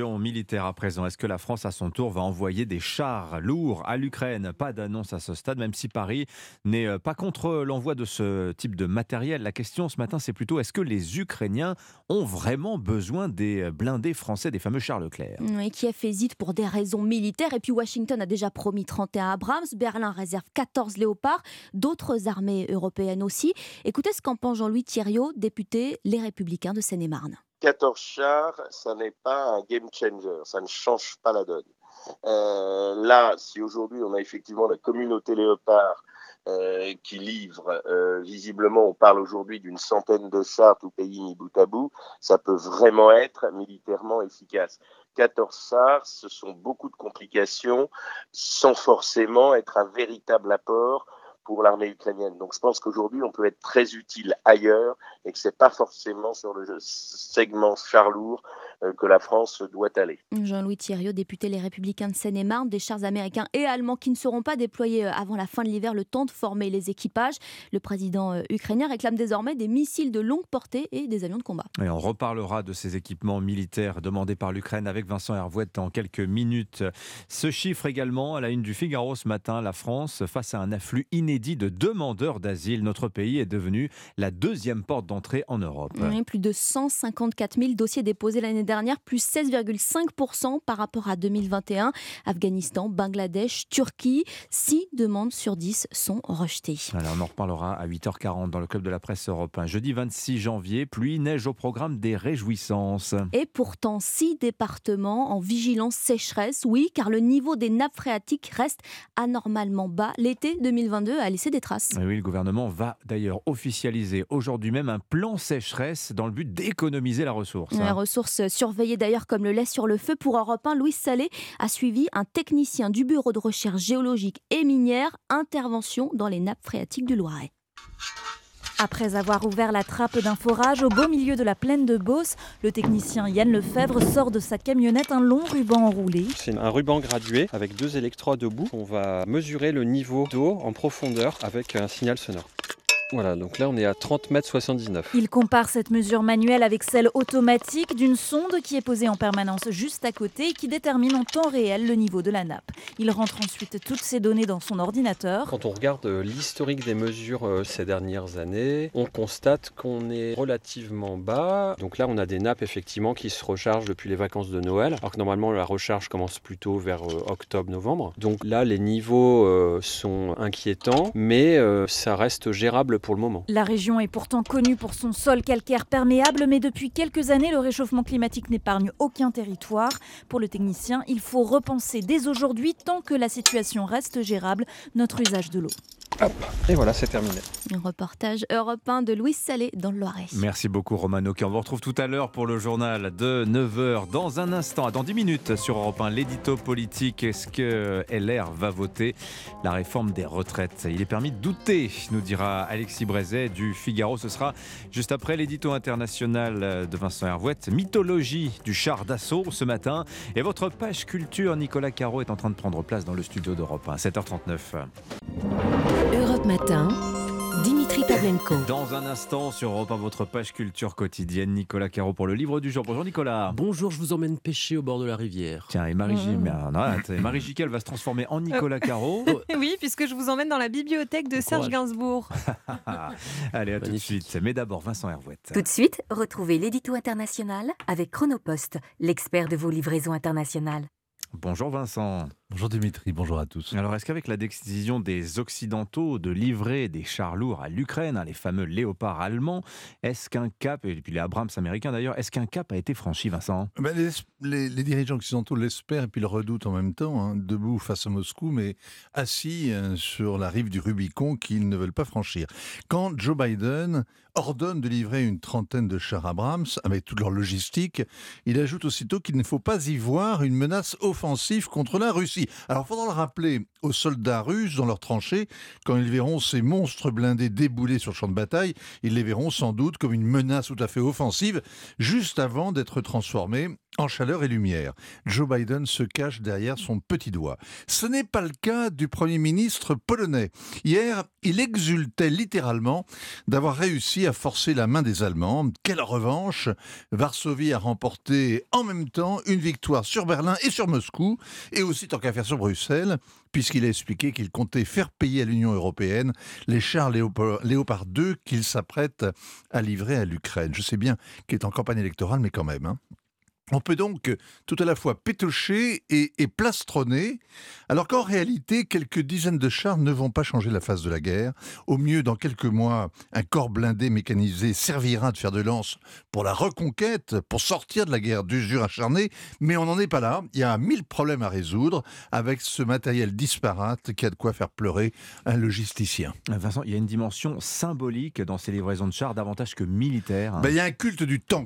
question militaire à présent. Est-ce que la France, à son tour, va envoyer des chars lourds à l'Ukraine? Pas d'annonce à ce stade, même si Paris n'est pas contre l'envoi de ce type de matériel. La question ce matin, c'est plutôt est-ce que les Ukrainiens ont vraiment besoin des blindés français, des fameux chars Leclerc? Et Kiev hésite pour des raisons militaires. Et puis Washington a déjà promis 31 Abrams. Berlin réserve 14 Léopards. D'autres armées européennes aussi. Écoutez ce qu'en pense Jean-Louis Thiriot, député Les Républicains de Seine-et-Marne. 14 chars, ça n'est pas un game changer, ça ne change pas la donne. Là, si aujourd'hui on a effectivement la communauté Léopard qui livre, visiblement on parle aujourd'hui d'une centaine de chars, tout pays mis bout à bout, ça peut vraiment être militairement efficace. 14 chars, ce sont beaucoup de complications sans forcément être un véritable apport pour l'armée ukrainienne. Donc je pense qu'aujourd'hui, on peut être très utile ailleurs et que ce n'est pas forcément sur le segment char lourd que la France doit aller. Jean-Louis Thiriot, député Les Républicains de Seine-et-Marne, des chars américains et allemands qui ne seront pas déployés avant la fin de l'hiver, le temps de former les équipages. Le président ukrainien réclame désormais des missiles de longue portée et des avions de combat. Et on reparlera de ces équipements militaires demandés par l'Ukraine avec Vincent Hervouette dans quelques minutes. Ce chiffre également à la une du Figaro ce matin, la France face à un afflux inédit de demandeurs d'asile. Notre pays est devenu la deuxième porte d'entrée en Europe. Oui, plus de 154 000 dossiers déposés l'année dernière, plus 16,5% par rapport à 2021. Afghanistan, Bangladesh, Turquie, 6 demandes sur 10 sont rejetées. Alors on en reparlera à 8h40 dans le Club de la Presse européen. Jeudi 26 janvier, pluie, neige au programme des réjouissances. Et pourtant, 6 départements en vigilance sécheresse. Oui, car le niveau des nappes phréatiques reste anormalement bas. L'été 2022 a laissé des traces. Et oui, le gouvernement va d'ailleurs officialiser aujourd'hui même un plan sécheresse dans le but d'économiser la ressource. La ressource surveillée d'ailleurs comme le lait sur le feu. Pour Europe 1, Louis Salé a suivi un technicien du Bureau de recherche géologique et minière. Intervention dans les nappes phréatiques du Loiret. Après avoir ouvert la trappe d'un forage au beau milieu de la plaine de Beauce, le technicien Yann Lefebvre sort de sa camionnette un long ruban enroulé. C'est un ruban gradué avec 2 électrodes au bout. On va mesurer le niveau d'eau en profondeur avec un signal sonore. Voilà, donc là on est à 30,79 m. Il compare cette mesure manuelle avec celle automatique d'une sonde qui est posée en permanence juste à côté et qui détermine en temps réel le niveau de la nappe. Il rentre ensuite toutes ces données dans son ordinateur. Quand on regarde l'historique des mesures ces dernières années, on constate qu'on est relativement bas. Donc là on a des nappes effectivement qui se rechargent depuis les vacances de Noël, alors que normalement la recharge commence plutôt vers octobre-novembre. Donc là les niveaux sont inquiétants, mais ça reste gérable pour le moment. La région est pourtant connue pour son sol calcaire perméable, mais depuis quelques années, le réchauffement climatique n'épargne aucun territoire. Pour le technicien, il faut repenser dès aujourd'hui, tant que la situation reste gérable, notre usage de l'eau. Hop, et voilà, c'est terminé. Un reportage Europe 1 de Louis Salé dans le Loiret. Merci beaucoup Romano, qui on vous retrouve tout à l'heure pour le journal de 9h. Dans un instant, dans 10 minutes sur Europe 1, l'édito politique. Est-ce que LR va voter la réforme des retraites? Il est permis de douter, nous dira Alexis Brézet du Figaro. Ce sera juste après l'édito international de Vincent Hervouette. Mythologie du char d'assaut ce matin. Et votre page culture, Nicolas Caro, est en train de prendre place dans le studio d'Europe 1, 7h39. Europe Matin, Dimitri Pavlenko. Dans un instant sur Europe 1, votre page culture quotidienne, Nicolas Caro pour le livre du jour. Bonjour Nicolas. Bonjour, je vous emmène pêcher au bord de la rivière. Tiens, et Marie Jiquel va se transformer en Nicolas Caro. Oui, puisque je vous emmène dans la bibliothèque de Serge Gainsbourg. Allez, à tout de suite. Mais d'abord, Vincent Hervouette. Tout de suite, retrouvez l'édito international avec Chronopost, l'expert de vos livraisons internationales. Bonjour Vincent. Bonjour Dimitri, bonjour à tous. Alors est-ce qu'avec la décision des Occidentaux de livrer des chars lourds à l'Ukraine, les fameux léopards allemands, est-ce qu'un cap, et puis les Abrams américains d'ailleurs, est-ce qu'un cap a été franchi, Vincent? Les dirigeants occidentaux l'espèrent et puis le redoutent en même temps, debout face à Moscou, mais assis sur la rive du Rubicon qu'ils ne veulent pas franchir. Quand Joe Biden ordonne de livrer une trentaine de chars Abrams avec toute leur logistique, il ajoute aussitôt qu'il ne faut pas y voir une menace offensive contre la Russie. Alors, il faudra le rappeler aux soldats russes dans leurs tranchées, quand ils verront ces monstres blindés débouler sur le champ de bataille, ils les verront sans doute comme une menace tout à fait offensive, juste avant d'être transformés en chaleur et lumière. Joe Biden se cache derrière son petit doigt. Ce n'est pas le cas du Premier ministre polonais. Hier, il exultait littéralement d'avoir réussi à forcer la main des Allemands. Quelle revanche! Varsovie a remporté en même temps une victoire sur Berlin et sur Moscou, et aussi tant qu'à faire sur Bruxelles, puisqu'il a expliqué qu'il comptait faire payer à l'Union européenne les chars Léopard 2 qu'il s'apprête à livrer à l'Ukraine. Je sais bien qu'il est en campagne électorale, mais quand même, hein. On peut donc tout à la fois pétocher et plastronner, alors qu'en réalité, quelques dizaines de chars ne vont pas changer la face de la guerre. Au mieux, dans quelques mois, un corps blindé mécanisé servira de fer de lance pour la reconquête, pour sortir de la guerre d'usure acharnée, mais on n'en est pas là. Il y a 1000 problèmes à résoudre avec ce matériel disparate qui a de quoi faire pleurer un logisticien. Vincent, il y a une dimension symbolique dans ces livraisons de chars, davantage que militaire. Il y a un culte du tank.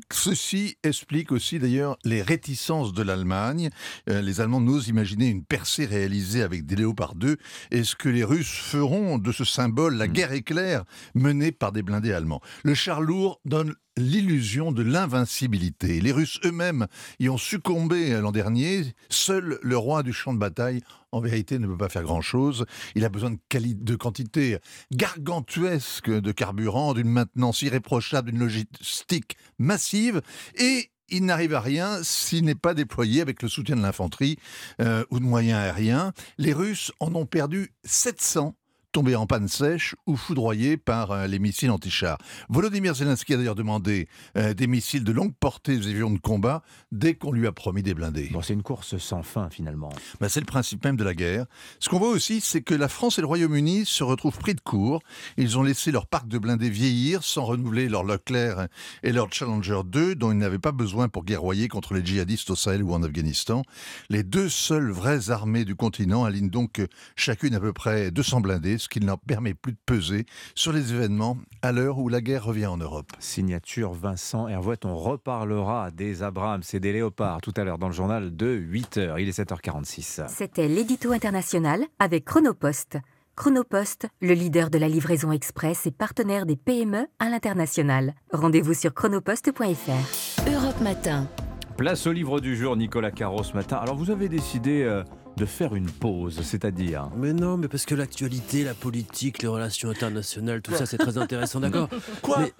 Ceci explique aussi d'ailleurs les réticences de l'Allemagne. Les Allemands n'osent imaginer une percée réalisée avec des Léopard 2. Est-ce que les Russes feront de ce symbole la guerre éclair menée par des blindés allemands? Le char lourd donne l'illusion de l'invincibilité. Les Russes eux-mêmes y ont succombé l'an dernier. Seul le roi du champ de bataille, en vérité, ne peut pas faire grand-chose. Il a besoin de quantités gargantuesques de carburant, d'une maintenance irréprochable, d'une logistique massive, et il n'arrive à rien s'il n'est pas déployé avec le soutien de l'infanterie ou de moyens aériens. Les Russes en ont perdu 700, tombés en panne sèche ou foudroyés par les missiles anti-chars. Volodymyr Zelensky a d'ailleurs demandé des missiles de longue portée aux avions de combat dès qu'on lui a promis des blindés. Bon, c'est une course sans fin finalement. C'est le principe même de la guerre. Ce qu'on voit aussi, c'est que la France et le Royaume-Uni se retrouvent pris de court. Ils ont laissé leur parc de blindés vieillir sans renouveler leur Leclerc et leur Challenger 2 dont ils n'avaient pas besoin pour guerroyer contre les djihadistes au Sahel ou en Afghanistan. Les deux seules vraies armées du continent alignent donc chacune à peu près 200 blindés, ce qui ne leur permet plus de peser sur les événements à l'heure où la guerre revient en Europe. Signature Vincent Hervouet. On reparlera des Abrams et des Léopards tout à l'heure dans le journal de 8h. Il est 7h46. C'était l'édito international avec Chronopost. Chronopost, le leader de la livraison express et partenaire des PME à l'international. Rendez-vous sur chronopost.fr. Europe Matin. Place au livre du jour, Nicolas Caro ce matin. Alors vous avez décidé de faire une pause, c'est-à-dire... Mais non, mais parce que l'actualité, la politique, les relations internationales, tout ça c'est très intéressant, d'accord? Quoi? Mais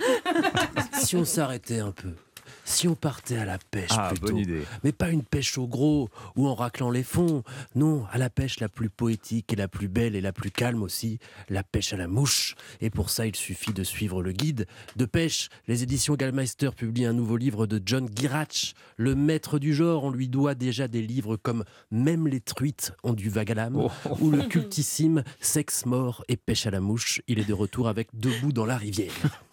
si on s'arrêtait un peu, si on partait à la pêche plutôt, bonne idée. Mais pas une pêche au gros ou en raclant les fonds, non, à la pêche la plus poétique et la plus belle et la plus calme aussi, la pêche à la mouche. Et pour ça, il suffit de suivre le guide de pêche. Les éditions Gallmeister publient un nouveau livre de John Girach, le maître du genre. On lui doit déjà des livres comme Même les truites ont du vague à l'âme ou le cultissime Sexe, mort et pêche à la mouche. Il est de retour avec Debout dans la rivière.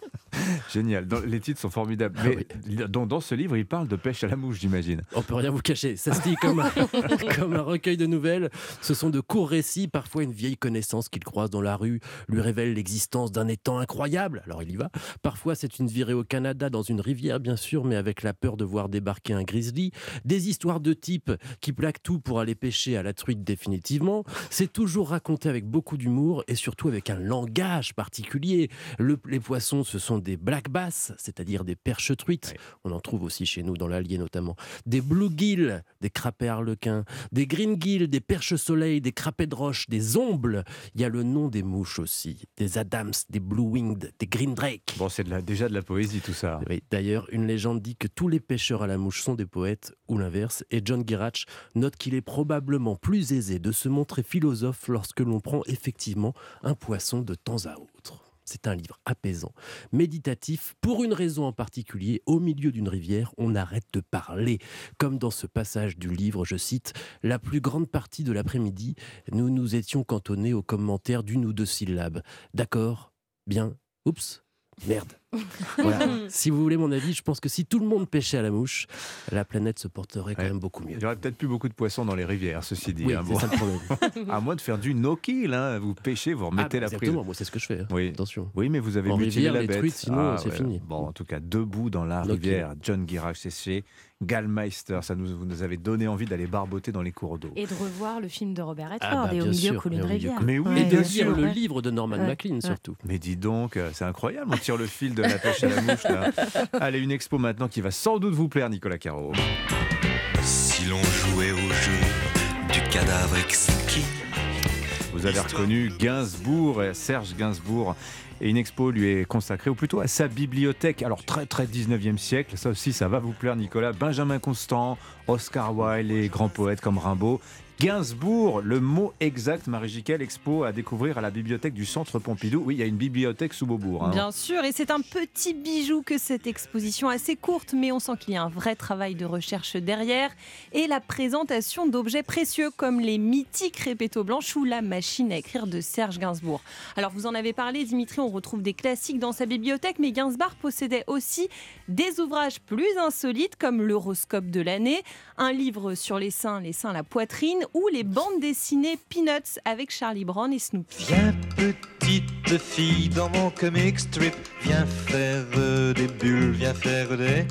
Génial, les titres sont formidables. Mais dans ce livre, il parle de pêche à la mouche, j'imagine. On peut rien vous cacher, ça se dit comme un recueil de nouvelles. Ce sont de courts récits, parfois une vieille connaissance qu'il croise dans la rue lui révèle l'existence d'un étang incroyable, alors il y va. Parfois c'est une virée au Canada, dans une rivière bien sûr, mais avec la peur de voir débarquer un grizzly. Des histoires de types qui plaquent tout pour aller pêcher à la truite définitivement. C'est toujours raconté avec beaucoup d'humour et surtout avec un langage particulier. Les poissons, ce sont des black bass, c'est-à-dire des perches truites. On en trouve aussi chez nous dans l'Allier notamment. Des bluegill, des crapets harlequins, des greengill, des perches soleil, des crapets de roche, des ombles. Il y a le nom des mouches aussi, des adams, des blue-winged, des green drake. Bon, c'est déjà de la poésie tout ça. Oui, d'ailleurs, une légende dit que tous les pêcheurs à la mouche sont des poètes, ou l'inverse, et John Girach note qu'il est probablement plus aisé de se montrer philosophe lorsque l'on prend effectivement un poisson de temps à autre. C'est un livre apaisant, méditatif, pour une raison en particulier. Au milieu d'une rivière, on arrête de parler. Comme dans ce passage du livre, je cite, « La plus grande partie de l'après-midi, nous nous étions cantonnés aux commentaires d'une ou deux syllabes. D'accord, bien, oups, merde. » Voilà. Si vous voulez mon avis, je pense que si tout le monde pêchait à la mouche, la planète se porterait quand même beaucoup mieux. Il n'y aurait peut-être plus beaucoup de poissons dans les rivières, ceci dit. Oui, c'est ça le problème. À moins de faire du no-kill, vous pêchez, vous remettez la prise. Exactement, moi c'est ce que je fais. Oui. Attention. Oui, mais vous avez en mutilé rivière, la les bête. truites, sinon c'est fini. Bon, en tout cas, Debout dans la rivière, John Girach, c'est chez Gallmeister. Vous nous avez donné envie d'aller barboter dans les cours d'eau. Et de revoir le film de Robert Redford, et au milieu coule une rivière. Mais oui, et de lire le livre de Norman Maclean surtout. Mais dis donc, c'est incroyable, on tire le fil de de la pêche à la mouche. Là. Allez, une expo maintenant qui va sans doute vous plaire, Nicolas Caro. Si l'on jouait au jeu du cadavre exquis. Vous avez reconnu Gainsbourg, Serge Gainsbourg. Et une expo lui est consacrée, ou plutôt à sa bibliothèque. Alors très 19e siècle, ça aussi ça va vous plaire Nicolas. Benjamin Constant, Oscar Wilde, les grands poètes comme Rimbaud. Gainsbourg, le mot exact, Marie-Jiquel, expo à découvrir à la bibliothèque du Centre Pompidou. Oui, il y a une bibliothèque sous Beaubourg. Bien sûr, et c'est un petit bijou que cette exposition assez courte, mais on sent qu'il y a un vrai travail de recherche derrière et la présentation d'objets précieux comme les mythiques répétos blanches ou la machine à écrire de Serge Gainsbourg. Alors vous en avez parlé, Dimitri, on retrouve des classiques dans sa bibliothèque, mais Gainsbourg possédait aussi des ouvrages plus insolites comme l'horoscope de l'année, un livre sur les seins, la poitrine, ou les bandes dessinées Peanuts avec Charlie Brown et Snoopy. Viens petite fille dans mon comic strip, viens faire des bulles, viens faire des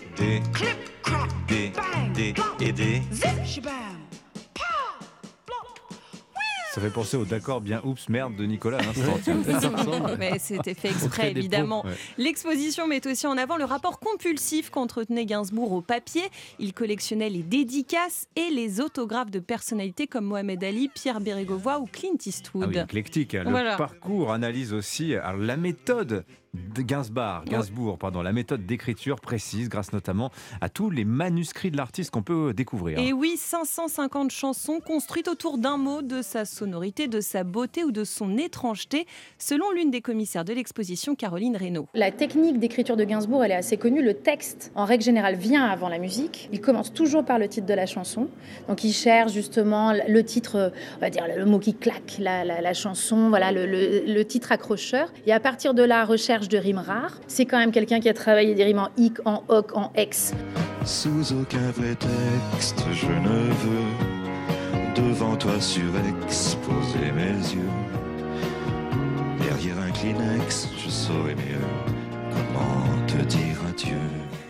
Ça fait penser au d'accord bien oups merde de Nicolas à l'instant. Mais c'était fait exprès évidemment. Ouais. L'exposition met aussi en avant le rapport compulsif qu'entretenait Gainsbourg au papier. Il collectionnait les dédicaces et les autographes de personnalités comme Mohamed Ali, Pierre Bérégovoy ou Clint Eastwood. Ah oui, éclectique. Le parcours analyse aussi la méthode de Gainsbourg, la méthode d'écriture précise grâce notamment à tous les manuscrits de l'artiste qu'on peut découvrir. Et oui, 550 chansons construites autour d'un mot, de sa sonorité, de sa beauté ou de son étrangeté, selon l'une des commissaires de l'exposition, Caroline Reynaud. La technique d'écriture de Gainsbourg, elle est assez connue. Le texte, en règle générale, vient avant la musique. Il commence toujours par le titre de la chanson. Donc il cherche justement le titre, on va dire le mot qui claque, la chanson, voilà, le titre accrocheur. Et à partir de la recherche de rimes rares, c'est quand même quelqu'un qui a travaillé des rimes en hic, en hoc, en ex. Sous aucun prétexte, je ne veux devant toi surexposer mes yeux. Derrière un Kleenex, je saurais mieux comment te dire adieu.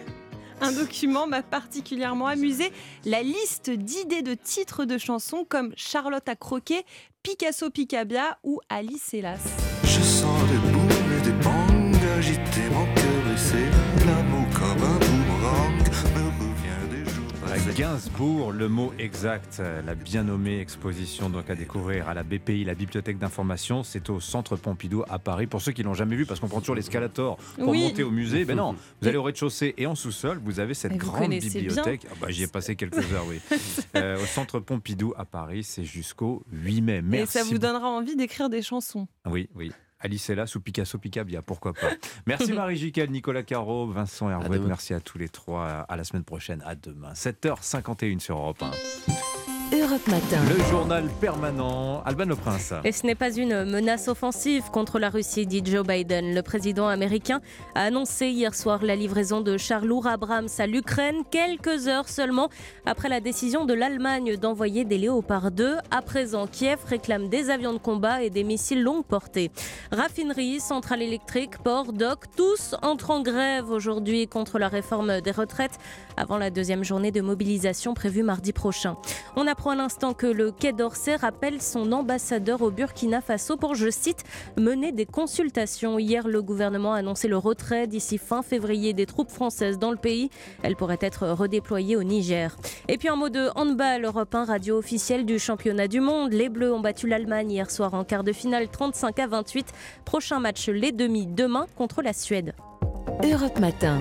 Un document m'a particulièrement amusé, la liste d'idées de titres de chansons comme Charlotte à croquer, Picasso Picabia ou Alice Hélas. Je sens des boules et des bangs agiter mon cœur et c'est l'amour comme un boomerang me revient des jours passés. Gainsbourg, le mot exact, la bien nommée exposition donc à découvrir à la BPI, la Bibliothèque d'information, c'est au Centre Pompidou à Paris. Pour ceux qui l'ont jamais vu, parce qu'on prend toujours l'escalator pour monter au musée, ben non, vous allez au rez-de-chaussée et en sous-sol, vous avez cette grande bibliothèque. J'y ai passé quelques heures, oui. Au Centre Pompidou à Paris, c'est jusqu'au 8 mai. Merci. Et ça vous donnera envie d'écrire des chansons. Oui. Alice Hélas ou Picasso Picabia, pourquoi pas. Merci Marie-Jiquel, Nicolas Caro, Vincent Hervouet, merci à tous les trois. À la semaine prochaine, à demain. 7h51 sur Europe 1. Europe Matin. Le journal permanent, Alban Le Prince. Et ce n'est pas une menace offensive contre la Russie, dit Joe Biden. Le président américain a annoncé hier soir la livraison de chars lourds Abrams à l'Ukraine, quelques heures seulement après la décision de l'Allemagne d'envoyer des Léopard 2. À présent, Kiev réclame des avions de combat et des missiles longue portée. Raffineries, centrales électriques, ports, docks, tous entrent en grève aujourd'hui contre la réforme des retraites avant la deuxième journée de mobilisation prévue mardi prochain. On apprend à l'instant que le Quai d'Orsay rappelle son ambassadeur au Burkina Faso pour, je cite, mener des consultations. Hier, le gouvernement a annoncé le retrait d'ici fin février des troupes françaises dans le pays. Elles pourraient être redéployées au Niger. Et puis un mot de handball, Europe 1, radio officielle du championnat du monde. Les Bleus ont battu l'Allemagne hier soir en quart de finale 35-28. Prochain match les demi demain contre la Suède. Europe Matin.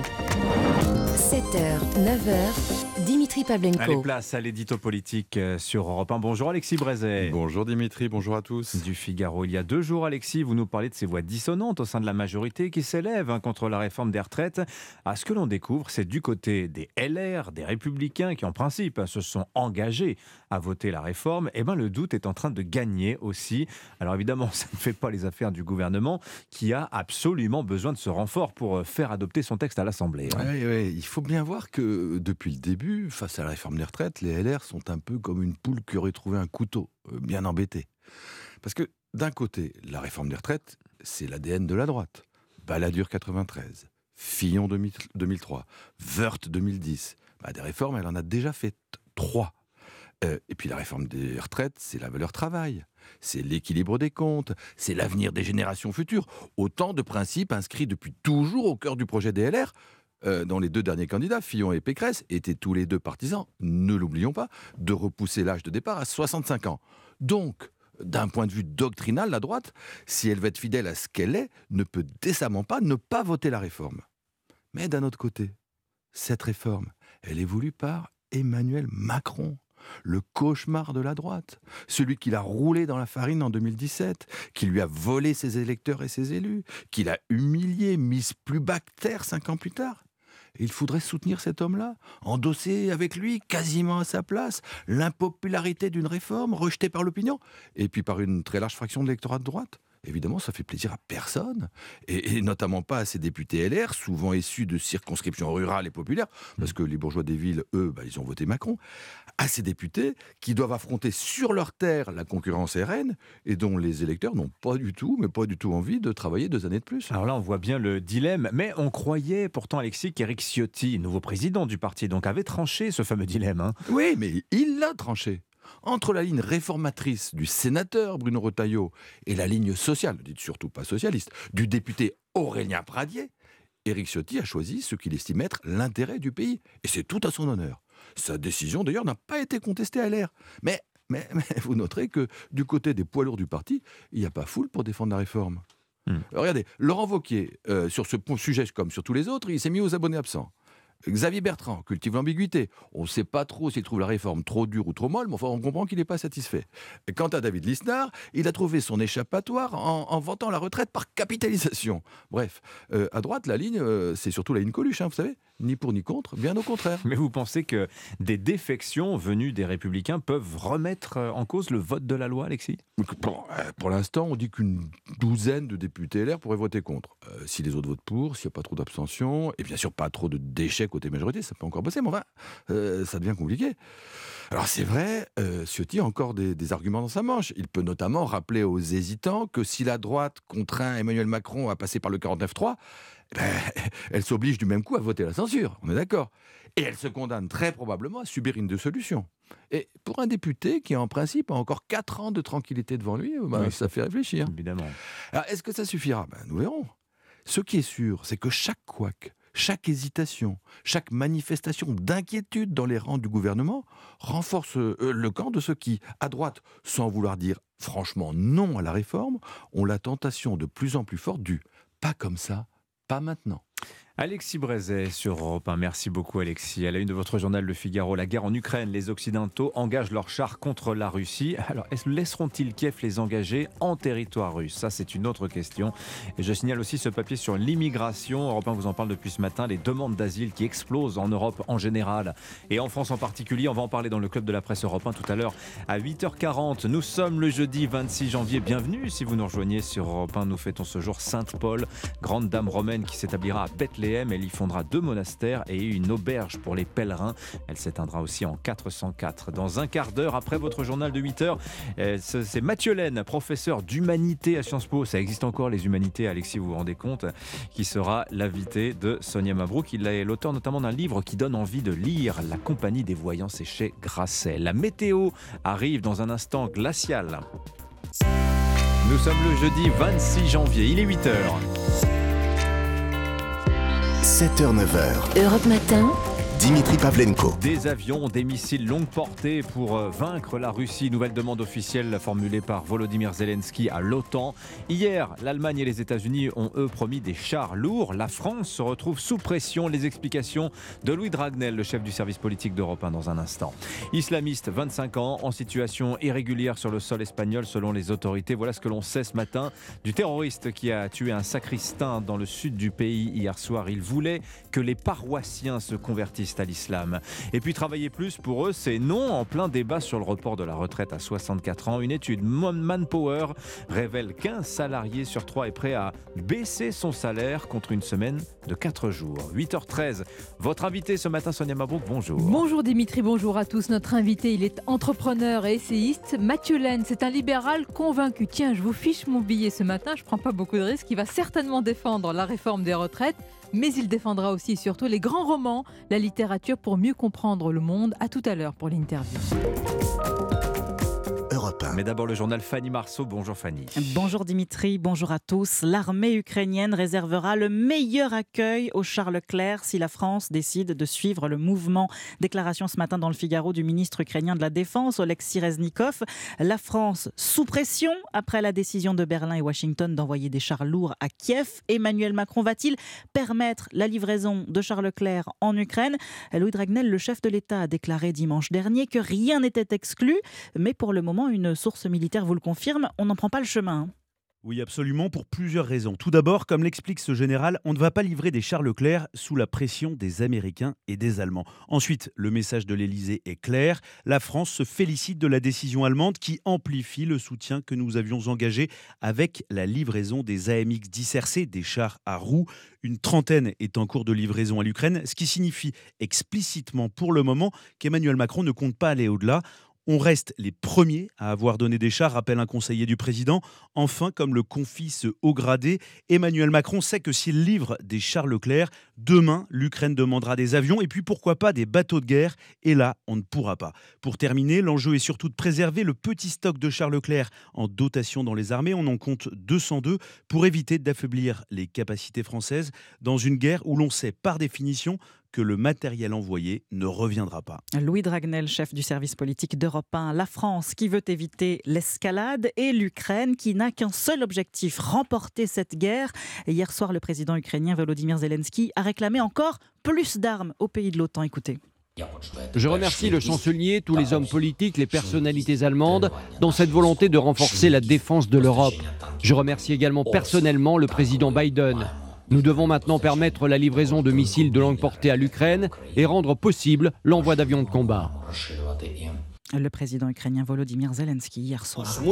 7h, 9h, Dimitri Pavlenko. Allez, place à l'édito politique sur Europe 1. Bonjour Alexis Brézet. Bonjour Dimitri, bonjour à tous. Du Figaro. Il y a 2 jours, Alexis, vous nous parlez de ces voix dissonantes au sein de la majorité qui s'élèvent contre la réforme des retraites. Ce que l'on découvre, c'est du côté des LR, des Républicains qui en principe se sont engagés à voter la réforme. Eh bien, le doute est en train de gagner aussi. Alors évidemment, ça ne fait pas les affaires du gouvernement qui a absolument besoin de ce renfort pour faire adopter son texte à l'Assemblée. Oui, il faut bien voir que depuis le début, face à la réforme des retraites, les LR sont un peu comme une poule qui aurait trouvé un couteau, bien embêtée. Parce que d'un côté, la réforme des retraites, c'est l'ADN de la droite. Balladur 93, Fillon 2003, Woerth 2010. Des réformes, elle en a déjà fait 3. Et puis la réforme des retraites, c'est la valeur travail, c'est l'équilibre des comptes, c'est l'avenir des générations futures. Autant de principes inscrits depuis toujours au cœur du projet des LR, dont les 2 derniers candidats, Fillon et Pécresse, étaient tous les 2 partisans, ne l'oublions pas, de repousser l'âge de départ à 65 ans. Donc, d'un point de vue doctrinal, la droite, si elle veut être fidèle à ce qu'elle est, ne peut décemment pas ne pas voter la réforme. Mais d'un autre côté, cette réforme, elle est voulue par Emmanuel Macron, le cauchemar de la droite, celui qui l'a roulé dans la farine en 2017, qui lui a volé ses électeurs et ses élus, qui l'a humilié, mis plus bas que terre 5 ans plus tard. Et il faudrait soutenir cet homme-là, endosser avec lui, quasiment à sa place, l'impopularité d'une réforme rejetée par l'opinion, et puis par une très large fraction de l'électorat de droite. Évidemment, ça fait plaisir à personne, et notamment pas à ces députés LR, souvent issus de circonscriptions rurales et populaires, parce que les bourgeois des villes, eux, ils ont voté Macron, à ces députés qui doivent affronter sur leur terre la concurrence RN, et dont les électeurs n'ont pas du tout envie de travailler 2 années de plus. Alors là, on voit bien le dilemme, mais on croyait pourtant, Alexis, qu'Éric Ciotti, nouveau président du parti, donc avait tranché ce fameux dilemme. Hein. Oui, mais il l'a tranché. Entre la ligne réformatrice du sénateur Bruno Retailleau et la ligne sociale, dites surtout pas socialiste, du député Aurélien Pradier, Éric Ciotti a choisi ce qu'il estime être l'intérêt du pays. Et c'est tout à son honneur. Sa décision, d'ailleurs, n'a pas été contestée à LR. Mais vous noterez que du côté des poids lourds du parti, il n'y a pas foule pour défendre la réforme. Regardez, Laurent Wauquiez, sur ce sujet comme sur tous les autres, il s'est mis aux abonnés absents. Xavier Bertrand cultive l'ambiguïté. On ne sait pas trop s'il trouve la réforme trop dure ou trop molle, mais enfin, on comprend qu'il n'est pas satisfait. Et quant à David Lisnard, il a trouvé son échappatoire en vantant la retraite par capitalisation. Bref, à droite, la ligne, c'est surtout la ligne Coluche, vous savez. Ni pour ni contre, bien au contraire. Mais vous pensez que des défections venues des Républicains peuvent remettre en cause le vote de la loi, Alexis ? Pour l'instant, on dit qu'une 12aine de députés LR pourraient voter contre. Si les autres votent pour, s'il n'y a pas trop d'abstention, et bien sûr pas trop de déchets côté majorité, ça peut encore passer, mais enfin, ça devient compliqué. Alors c'est vrai, Ciotti a encore des arguments dans sa manche. Il peut notamment rappeler aux hésitants que si la droite contraint Emmanuel Macron à passer par le 49.3, elle s'oblige du même coup à voter la censure, on est d'accord. Et elle se condamne très probablement à subir une dissolution. Et pour un député qui, en principe, a encore 4 ans de tranquillité devant lui, oui, ça fait réfléchir. Évidemment. Alors, est-ce que ça suffira ? Nous verrons. Ce qui est sûr, c'est que chaque couac, chaque hésitation, chaque manifestation d'inquiétude dans les rangs du gouvernement renforce le camp de ceux qui, à droite, sans vouloir dire franchement non à la réforme, ont la tentation de plus en plus forte du « pas comme ça ». Pas maintenant. Alexis Brézet sur Europe 1. Merci beaucoup, Alexis. À la une de votre journal Le Figaro, la guerre en Ukraine. Les Occidentaux engagent leurs chars contre la Russie. Alors, laisseront-ils Kiev les engager en territoire russe ? Ça, c'est une autre question. Et je signale aussi ce papier sur l'immigration. Europe 1 vous en parle depuis ce matin. Les demandes d'asile qui explosent en Europe en général et en France en particulier. On va en parler dans le club de la presse Europe 1 tout à l'heure à 8h40. Nous sommes le jeudi 26 janvier. Bienvenue si vous nous rejoignez sur Europe 1. Nous fêtons ce jour Sainte-Paul, grande dame romaine qui s'établira à Bethléem. Elle y fondera 2 monastères et une auberge pour les pèlerins. Elle s'éteindra aussi en 404. Dans un quart d'heure, après votre journal de 8h, c'est Mathieu Laine, professeur d'humanité à Sciences Po. Ça existe encore, les humanités, Alexis, vous vous rendez compte, qui sera l'invité de Sonia Mabrouk. Il est l'auteur notamment d'un livre qui donne envie de lire, La Compagnie des Voyants, c'est chez Grasset. La météo arrive dans un instant glacial. Nous sommes le jeudi 26 janvier, il est 8h. 7h, 9h. Europe Matin. Dimitri Pavlenko. Des avions, des missiles longue portée pour vaincre la Russie. Nouvelle demande officielle formulée par Volodymyr Zelensky à l'OTAN. Hier, l'Allemagne et les États-Unis ont eux promis des chars lourds. La France se retrouve sous pression. Les explications de Louis Dragnel, le chef du service politique d'Europe 1 dans un instant. Islamiste, 25 ans, en situation irrégulière sur le sol espagnol selon les autorités. Voilà ce que l'on sait ce matin du terroriste qui a tué un sacristain dans le sud du pays hier soir. Il voulait que les paroissiens se convertissent à l'islam. Et puis travailler plus, pour eux, c'est non, en plein débat sur le report de la retraite à 64 ans. Une étude Manpower révèle qu'1 salarié sur 3 est prêt à baisser son salaire contre une semaine de 4 jours. 8h13, votre invité ce matin, Sonia Mabrouk, bonjour. Bonjour Dimitri, bonjour à tous. Notre invité, il est entrepreneur et essayiste. Mathieu Laine, c'est un libéral convaincu. Tiens, je vous fiche mon billet ce matin, je ne prends pas beaucoup de risques. Il va certainement défendre la réforme des retraites. mais il défendra aussi et surtout les grands romans, la littérature pour mieux comprendre le monde. À tout à l'heure pour l'interview. Mais d'abord le journal Fanny Marceau. Bonjour Fanny. Bonjour Dimitri, bonjour à tous. L'armée ukrainienne réservera le meilleur accueil au Charles Leclerc si la France décide de suivre le mouvement. Déclaration ce matin dans le Figaro du ministre ukrainien de la Défense, Oleksiy Reznikov. La France sous pression après la décision de Berlin et Washington d'envoyer des chars lourds à Kiev. Emmanuel Macron va-t-il permettre la livraison de Charles Leclerc en Ukraine ? Louis Dragnel, le chef de l'État, a déclaré dimanche dernier que rien n'était exclu, mais pour le moment, une source militaire vous le confirme, on n'en prend pas le chemin. Oui, absolument, pour plusieurs raisons. Tout d'abord, comme l'explique ce général, on ne va pas livrer des chars Leclerc sous la pression des Américains et des Allemands. Ensuite, le message de l'Élysée est clair. La France se félicite de la décision allemande qui amplifie le soutien que nous avions engagé avec la livraison des AMX-10RC, des chars à roues. Une trentaine est en cours de livraison à l'Ukraine, ce qui signifie explicitement pour le moment qu'Emmanuel Macron ne compte pas aller au-delà. On reste les premiers à avoir donné des chars, rappelle un conseiller du président. Enfin, comme le confie ce haut gradé, Emmanuel Macron sait que s'il livre des chars Leclerc, demain, l'Ukraine demandera des avions et puis pourquoi pas des bateaux de guerre. Et là, on ne pourra pas. Pour terminer, l'enjeu est surtout de préserver le petit stock de chars Leclerc en dotation dans les armées. On en compte 202 pour éviter d'affaiblir les capacités françaises dans une guerre où l'on sait par définition que le matériel envoyé ne reviendra pas. Louis Dragnel, chef du service politique d'Europe 1, la France qui veut éviter l'escalade et l'Ukraine qui n'a qu'un seul objectif, remporter cette guerre. Et hier soir, le président ukrainien Volodymyr Zelensky a réclamé encore plus d'armes au pays de l'OTAN. Écoutez. Je remercie le chancelier, tous les hommes politiques, les personnalités allemandes dans cette volonté de renforcer la défense de l'Europe. Je remercie également personnellement le président Biden. Nous devons maintenant permettre la livraison de missiles de longue portée à l'Ukraine et rendre possible l'envoi d'avions de combat. Le président ukrainien Volodymyr Zelensky hier soir. Vous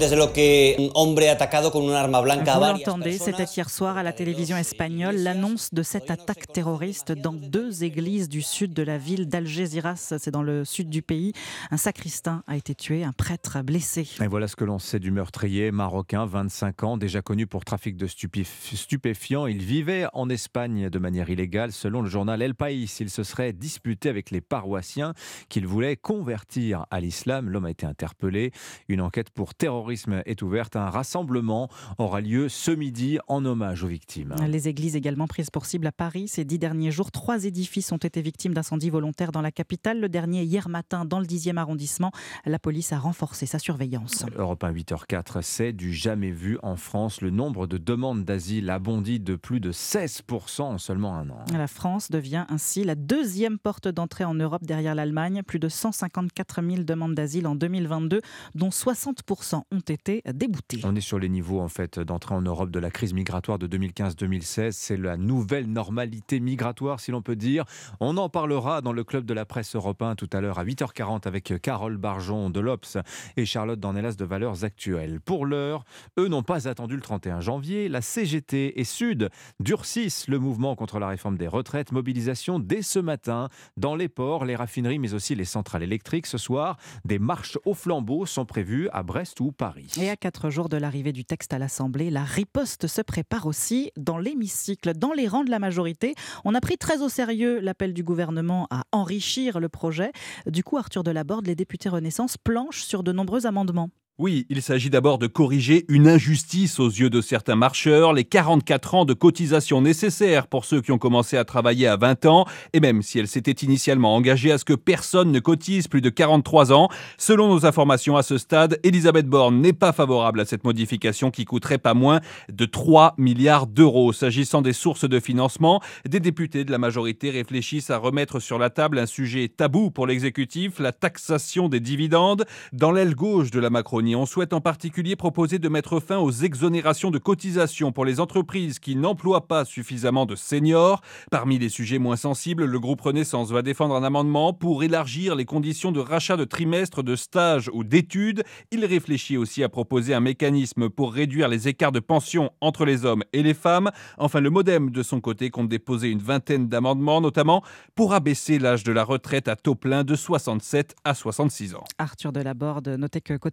l'entendez, c'était hier soir à la télévision espagnole l'annonce de cette attaque terroriste dans 2 églises du sud de la ville d'Algeciras, c'est dans le sud du pays. Un sacristain a été tué, un prêtre blessé. Et voilà ce que l'on sait du meurtrier marocain, 25 ans, déjà connu pour trafic de stupéfiants. Il vivait en Espagne de manière illégale. Selon le journal El País, il se serait disputé avec les paroissiens qu'il voulait convertir à l'islam. L'homme a été interpellé. Une enquête pour terrorisme est ouverte. Un rassemblement aura lieu ce midi en hommage aux victimes. Les églises également prises pour cible à Paris. Ces 10 derniers jours, 3 édifices ont été victimes d'incendies volontaires dans la capitale. Le dernier hier matin dans le 10e arrondissement. La police a renforcé sa surveillance. Europe 1 8h04, c'est du jamais vu en France. Le nombre de demandes d'asile a bondi de plus de 16% en seulement un an. La France devient ainsi la 2e porte d'entrée en Europe derrière l'Allemagne. Plus de 154 000 demandes d'asile en 2022, dont 60% ont été déboutées. On est sur les niveaux en fait d'entrée en Europe de la crise migratoire de 2015-2016. C'est la nouvelle normalité migratoire, si l'on peut dire. On en parlera dans le club de la presse Europe 1 tout à l'heure à 8h40 avec Carole Barjon de l'Obs et Charlotte Dornelas de Valeurs Actuelles. Pour l'heure, eux n'ont pas attendu le 31 janvier. La CGT et Sud durcissent le mouvement contre la réforme des retraites. Mobilisation dès ce matin dans les ports, les raffineries, mais aussi les centrales électriques. Ce soir, des marches au flambeau sont prévues à Brest ou Paris. Et à 4 jours de l'arrivée du texte à l'Assemblée, la riposte se prépare aussi dans l'hémicycle, dans les rangs de la majorité. On a pris très au sérieux l'appel du gouvernement à enrichir le projet. Du coup, Arthur Delaborde, les députés Renaissance planchent sur de nombreux amendements. Oui, il s'agit d'abord de corriger une injustice aux yeux de certains marcheurs, les 44 ans de cotisation nécessaires pour ceux qui ont commencé à travailler à 20 ans, et même si elle s'était initialement engagée à ce que personne ne cotise plus de 43 ans. Selon nos informations à ce stade, Elisabeth Borne n'est pas favorable à cette modification qui coûterait pas moins de 3 milliards d'euros. S'agissant des sources de financement, des députés de la majorité réfléchissent à remettre sur la table un sujet tabou pour l'exécutif, la taxation des dividendes. Dans l'aile gauche de la Macronie, on souhaite en particulier proposer de mettre fin aux exonérations de cotisations pour les entreprises qui n'emploient pas suffisamment de seniors. Parmi les sujets moins sensibles, le groupe Renaissance va défendre un amendement pour élargir les conditions de rachat de trimestres, de stages ou d'études. Il réfléchit aussi à proposer un mécanisme pour réduire les écarts de pension entre les hommes et les femmes. Enfin, le MoDem, de son côté, compte déposer une vingtaine d'amendements, notamment pour abaisser l'âge de la retraite à taux plein de 67 à 66 ans. Arthur Delaborde, notez que côté LR,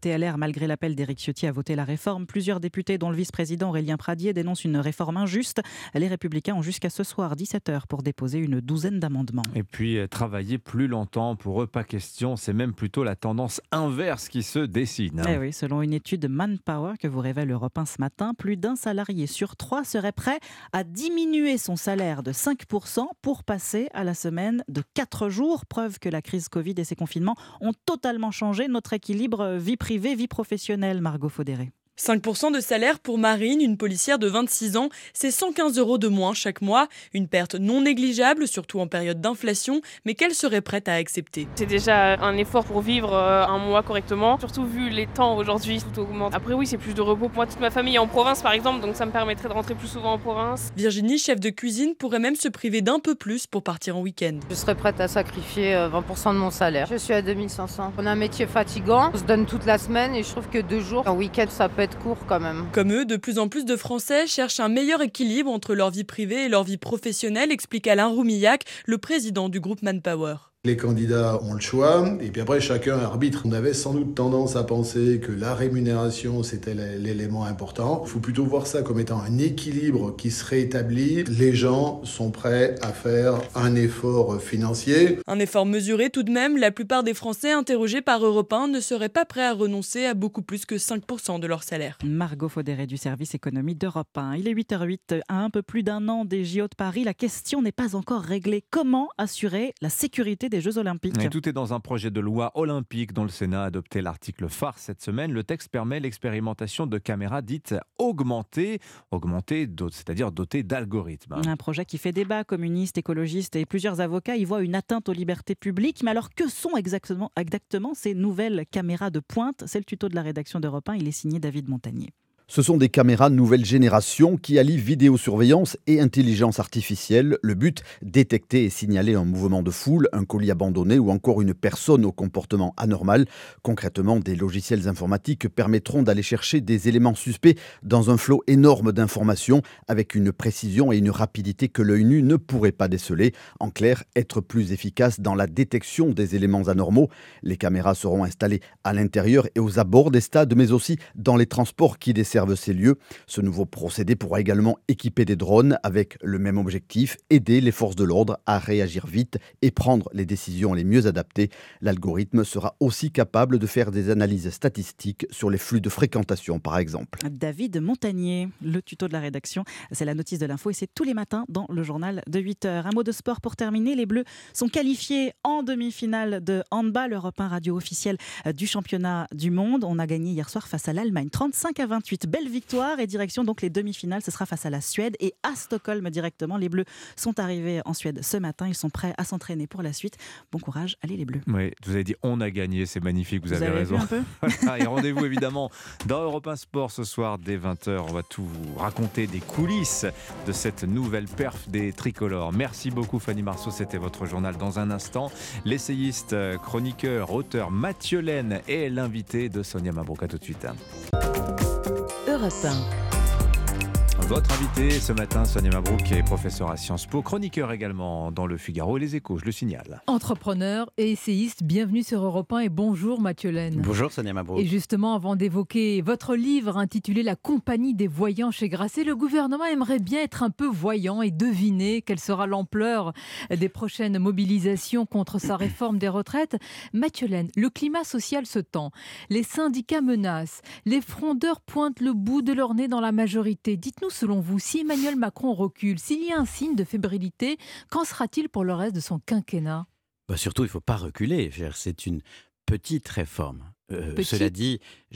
malgré l'appel d'Éric Ciotti à voter la réforme. Plusieurs députés, dont le vice-président Aurélien Pradier, dénoncent une réforme injuste. Les Républicains ont jusqu'à ce soir 17h pour déposer une douzaine d'amendements. Et puis travailler plus longtemps, pour eux pas question, c'est même plutôt la tendance inverse qui se dessine. Eh oui, selon une étude Manpower que vous révèle Europe 1 ce matin, plus d'un salarié sur 3 serait prêt à diminuer son salaire de 5% pour passer à la semaine de 4 jours. Preuve que la crise Covid et ses confinements ont totalement changé notre équilibre vie privée, vie professionnelle, Margot Faudéré. 5% de salaire pour Marine, une policière de 26 ans, c'est 115 € de moins chaque mois. Une perte non négligeable, surtout en période d'inflation, mais qu'elle serait prête à accepter. C'est déjà un effort pour vivre un mois correctement, surtout vu les temps aujourd'hui, tout augmente. Après oui, c'est plus de repos. Moi, toute ma famille est en province par exemple, donc ça me permettrait de rentrer plus souvent en province. Virginie, chef de cuisine, pourrait même se priver d'un peu plus pour partir en week-end. Je serais prête à sacrifier 20% de mon salaire. Je suis à 2500. On a un métier fatigant, on se donne toute la semaine et je trouve que 2 jours en week-end, ça peut être court quand même. Comme eux, de plus en plus de Français cherchent un meilleur équilibre entre leur vie privée et leur vie professionnelle, explique Alain Roumillac, le président du groupe Manpower. Les candidats ont le choix, et puis après chacun arbitre. On avait sans doute tendance à penser que la rémunération c'était l'élément important. Il faut plutôt voir ça comme étant un équilibre qui se réétablit. Les gens sont prêts à faire un effort financier. Un effort mesuré tout de même, la plupart des Français interrogés par Europe 1 ne seraient pas prêts à renoncer à beaucoup plus que 5% de leur salaire. Margot Faudéré du service économie d'Europe 1. Il est 8h08, à un peu plus d'un an des JO de Paris. La question n'est pas encore réglée. Comment assurer la sécurité des Jeux Olympiques? Et tout est dans un projet de loi olympique dont le Sénat a adopté l'article phare cette semaine. Le texte permet l'expérimentation de caméras dites augmentées, c'est-à-dire dotées d'algorithmes. Un projet qui fait débat. Communistes, écologistes et plusieurs avocats y voient une atteinte aux libertés publiques. Mais alors que sont exactement ces nouvelles caméras de pointe? C'est le tuto de la rédaction d'Europe 1. Il est signé David Montagnier. Ce sont des caméras nouvelle génération qui allient vidéosurveillance et intelligence artificielle. Le but, détecter et signaler un mouvement de foule, un colis abandonné ou encore une personne au comportement anormal. Concrètement, des logiciels informatiques permettront d'aller chercher des éléments suspects dans un flot énorme d'informations avec une précision et une rapidité que l'œil nu ne pourrait pas déceler. En clair, être plus efficace dans la détection des éléments anormaux. Les caméras seront installées à l'intérieur et aux abords des stades, mais aussi dans les transports qui desservent ces lieux. Ce nouveau procédé pourra également équiper des drones avec le même objectif, aider les forces de l'ordre à réagir vite et prendre les décisions les mieux adaptées. L'algorithme sera aussi capable de faire des analyses statistiques sur les flux de fréquentation, par exemple. David Montagnier, le tuto de la rédaction, c'est la notice de l'info et c'est tous les matins dans le journal de 8h. Un mot de sport pour terminer. Les Bleus sont qualifiés en demi-finale de handball, Europe 1 radio officielle du championnat du monde. On a gagné hier soir face à l'Allemagne, 35-28. Belle victoire et direction donc les demi-finales. Ce sera face à la Suède et à Stockholm directement. Les Bleus sont arrivés en Suède ce matin. Ils sont prêts à s'entraîner pour la suite. Bon courage, allez les Bleus. Oui, vous avez dit on a gagné, c'est magnifique, vous avez raison. Vu un peu Et rendez-vous évidemment dans Europe 1 Sport ce soir dès 20h. On va tout vous raconter des coulisses de cette nouvelle perf des tricolores. Merci beaucoup Fanny Marceau, c'était votre journal. Dans un instant, l'essayiste, chroniqueur, auteur Mathieu Laine est l'invité de Sonia Mabrouk. À tout de suite. Europe 1. Votre invité ce matin, Sonia Mabrouk, est professeur à Sciences Po, chroniqueur également dans Le Figaro et Les Échos, je le signale. Entrepreneur et essayiste, bienvenue sur Europe 1 et bonjour Mathieu Laine. Bonjour Sonia Mabrouk. Et justement, avant d'évoquer votre livre intitulé La compagnie des voyants chez Grasset, le gouvernement aimerait bien être un peu voyant et deviner quelle sera l'ampleur des prochaines mobilisations contre sa réforme des retraites. Mathieu Laine, le climat social se tend, les syndicats menacent, les frondeurs pointent le bout de leur nez dans la majorité. Dites-nous, selon vous, si Emmanuel Macron recule, s'il y a un signe de fébrilité, qu'en sera-t-il pour le reste de son quinquennat ? Surtout, il ne faut pas reculer. C'est une petite réforme. Cela dit,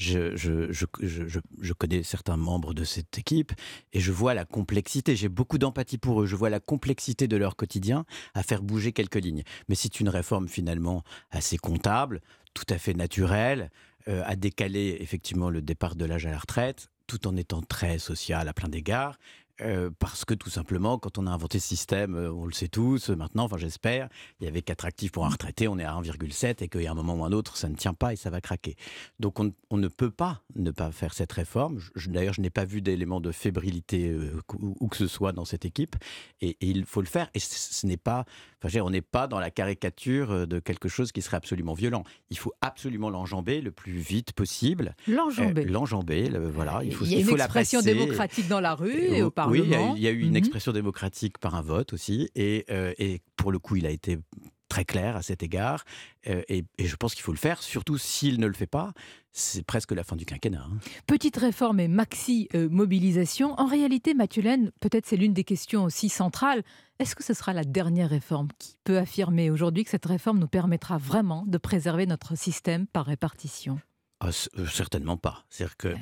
je connais certains membres de cette équipe et je vois la complexité. J'ai beaucoup d'empathie pour eux. Je vois la complexité de leur quotidien à faire bouger quelques lignes. Mais c'est une réforme finalement assez comptable, tout à fait naturelle, à décaler effectivement le départ de l'âge à la retraite, tout en étant très social à plein d'égards. parce que tout simplement, quand on a inventé ce système, on le sait tous, maintenant, enfin j'espère, il y avait 4 actifs pour un retraité, on est à 1,7 et qu'il y a un moment ou un autre, ça ne tient pas et ça va craquer. Donc on ne peut pas ne pas faire cette réforme. D'ailleurs, je n'ai pas vu d'élément de fébrilité où que ce soit dans cette équipe et il faut le faire. Et ce n'est pas, on n'est pas dans la caricature de quelque chose qui serait absolument violent. Il faut absolument l'enjamber le plus vite possible. L'enjamber, voilà. Il y a une expression démocratique dans la rue et au Parlement. Oui, il y a eu une expression démocratique par un vote aussi. Et pour le coup, il a été très clair à cet égard. Et je pense qu'il faut le faire, surtout s'il ne le fait pas. C'est presque la fin du quinquennat. Petite réforme et maxi-mobilisation. En réalité, Mathieu Laine, peut-être c'est l'une des questions aussi centrales. Est-ce que ce sera la dernière réforme? Qui peut affirmer aujourd'hui que cette réforme nous permettra vraiment de préserver notre système par répartition? Certainement pas. C'est-à-dire que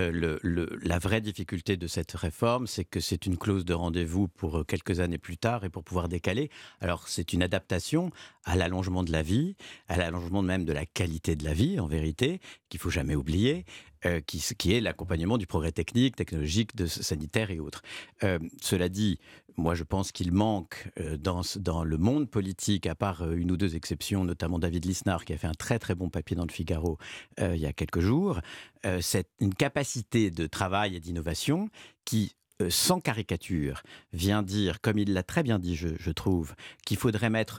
la vraie difficulté de cette réforme, c'est que c'est une clause de rendez-vous pour quelques années plus tard et pour pouvoir décaler. Alors c'est une adaptation à l'allongement de la vie, à l'allongement même de la qualité de la vie, en vérité, qu'il faut jamais oublier, qui est l'accompagnement du progrès technique, technologique, sanitaire et autres. Cela dit, moi je pense qu'il manque dans le monde politique, à part une ou deux exceptions, notamment David Lisnard qui a fait un très très bon papier dans le Figaro il y a quelques jours, une capacité de travail et d'innovation qui, sans caricature, vient dire, comme il l'a très bien dit, je trouve, qu'il faudrait mettre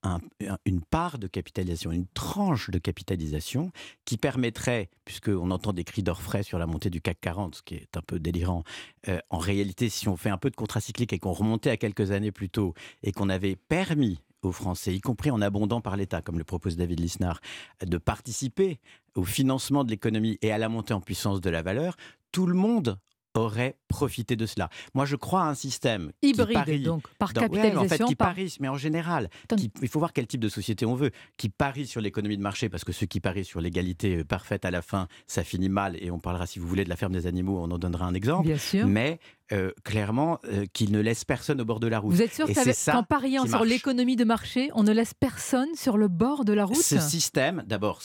une part de capitalisation, une tranche de capitalisation qui permettrait, puisqu'on entend des cris d'orfraie sur la montée du CAC 40, ce qui est un peu délirant, en réalité, si on fait un peu de contracyclique et qu'on remontait à quelques années plus tôt et qu'on avait permis aux Français, y compris en abondant par l'État, comme le propose David Lisnard, de participer au financement de l'économie et à la montée en puissance de la valeur, tout le monde aurait profité de cela. Moi, je crois à un système hybride, qui parie, donc, par capitalisation. Parie, mais en général, il faut voir quel type de société on veut, qui parie sur l'économie de marché, parce que ceux qui parient sur l'égalité parfaite à la fin, ça finit mal, et on parlera, si vous voulez, de la ferme des animaux, on en donnera un exemple. Bien sûr. Mais clairement, qu'il ne laisse personne au bord de la route. Vous êtes sûr qu'en pariant sur l'économie de marché, on ne laisse personne sur le bord de la route? Ce système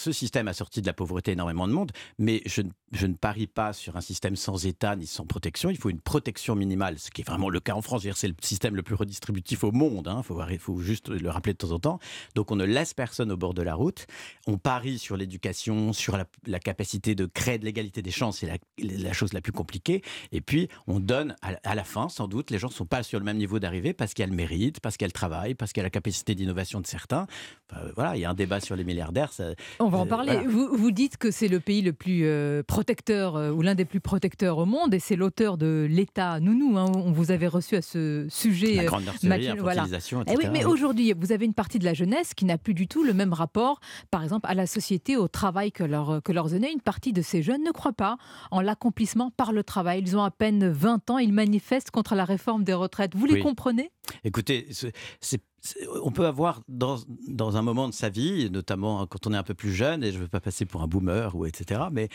a sorti de la pauvreté énormément de monde, mais je ne parie pas sur un système sans État ni sans protection. Il faut une protection minimale, ce qui est vraiment le cas en France. C'est le système le plus redistributif au monde, il faut juste le rappeler de temps en temps. Donc on ne laisse personne au bord de la route. On parie sur l'éducation, sur la capacité de créer de l'égalité des chances, c'est la chose la plus compliquée. Et puis on donne à la fin, sans doute, les gens ne sont pas sur le même niveau d'arrivée parce qu'il y a le mérite, parce qu'il y a le travail, parce qu'il y a la capacité d'innovation de certains. Voilà, il y a un débat sur les milliardaires. On va en parler. Voilà. Vous dites que c'est le pays le plus protecteur ou l'un des plus protecteurs au monde et c'est l'auteur de l'État nounou. On vous avait reçu à ce sujet. La grande nurserie, infantilisation, etc. Oui, mais aujourd'hui, vous avez une partie de la jeunesse qui n'a plus du tout le même rapport, par exemple, à la société, au travail que leurs aînés. Une partie de ces jeunes ne croient pas en l'accomplissement par le travail. Ils ont à peine 20 ans, ils manifestent contre la réforme des retraites. Vous les comprenez ? Écoutez, on peut avoir dans un moment de sa vie, notamment quand on est un peu plus jeune, et je ne veux pas passer pour un boomer ou etc., mais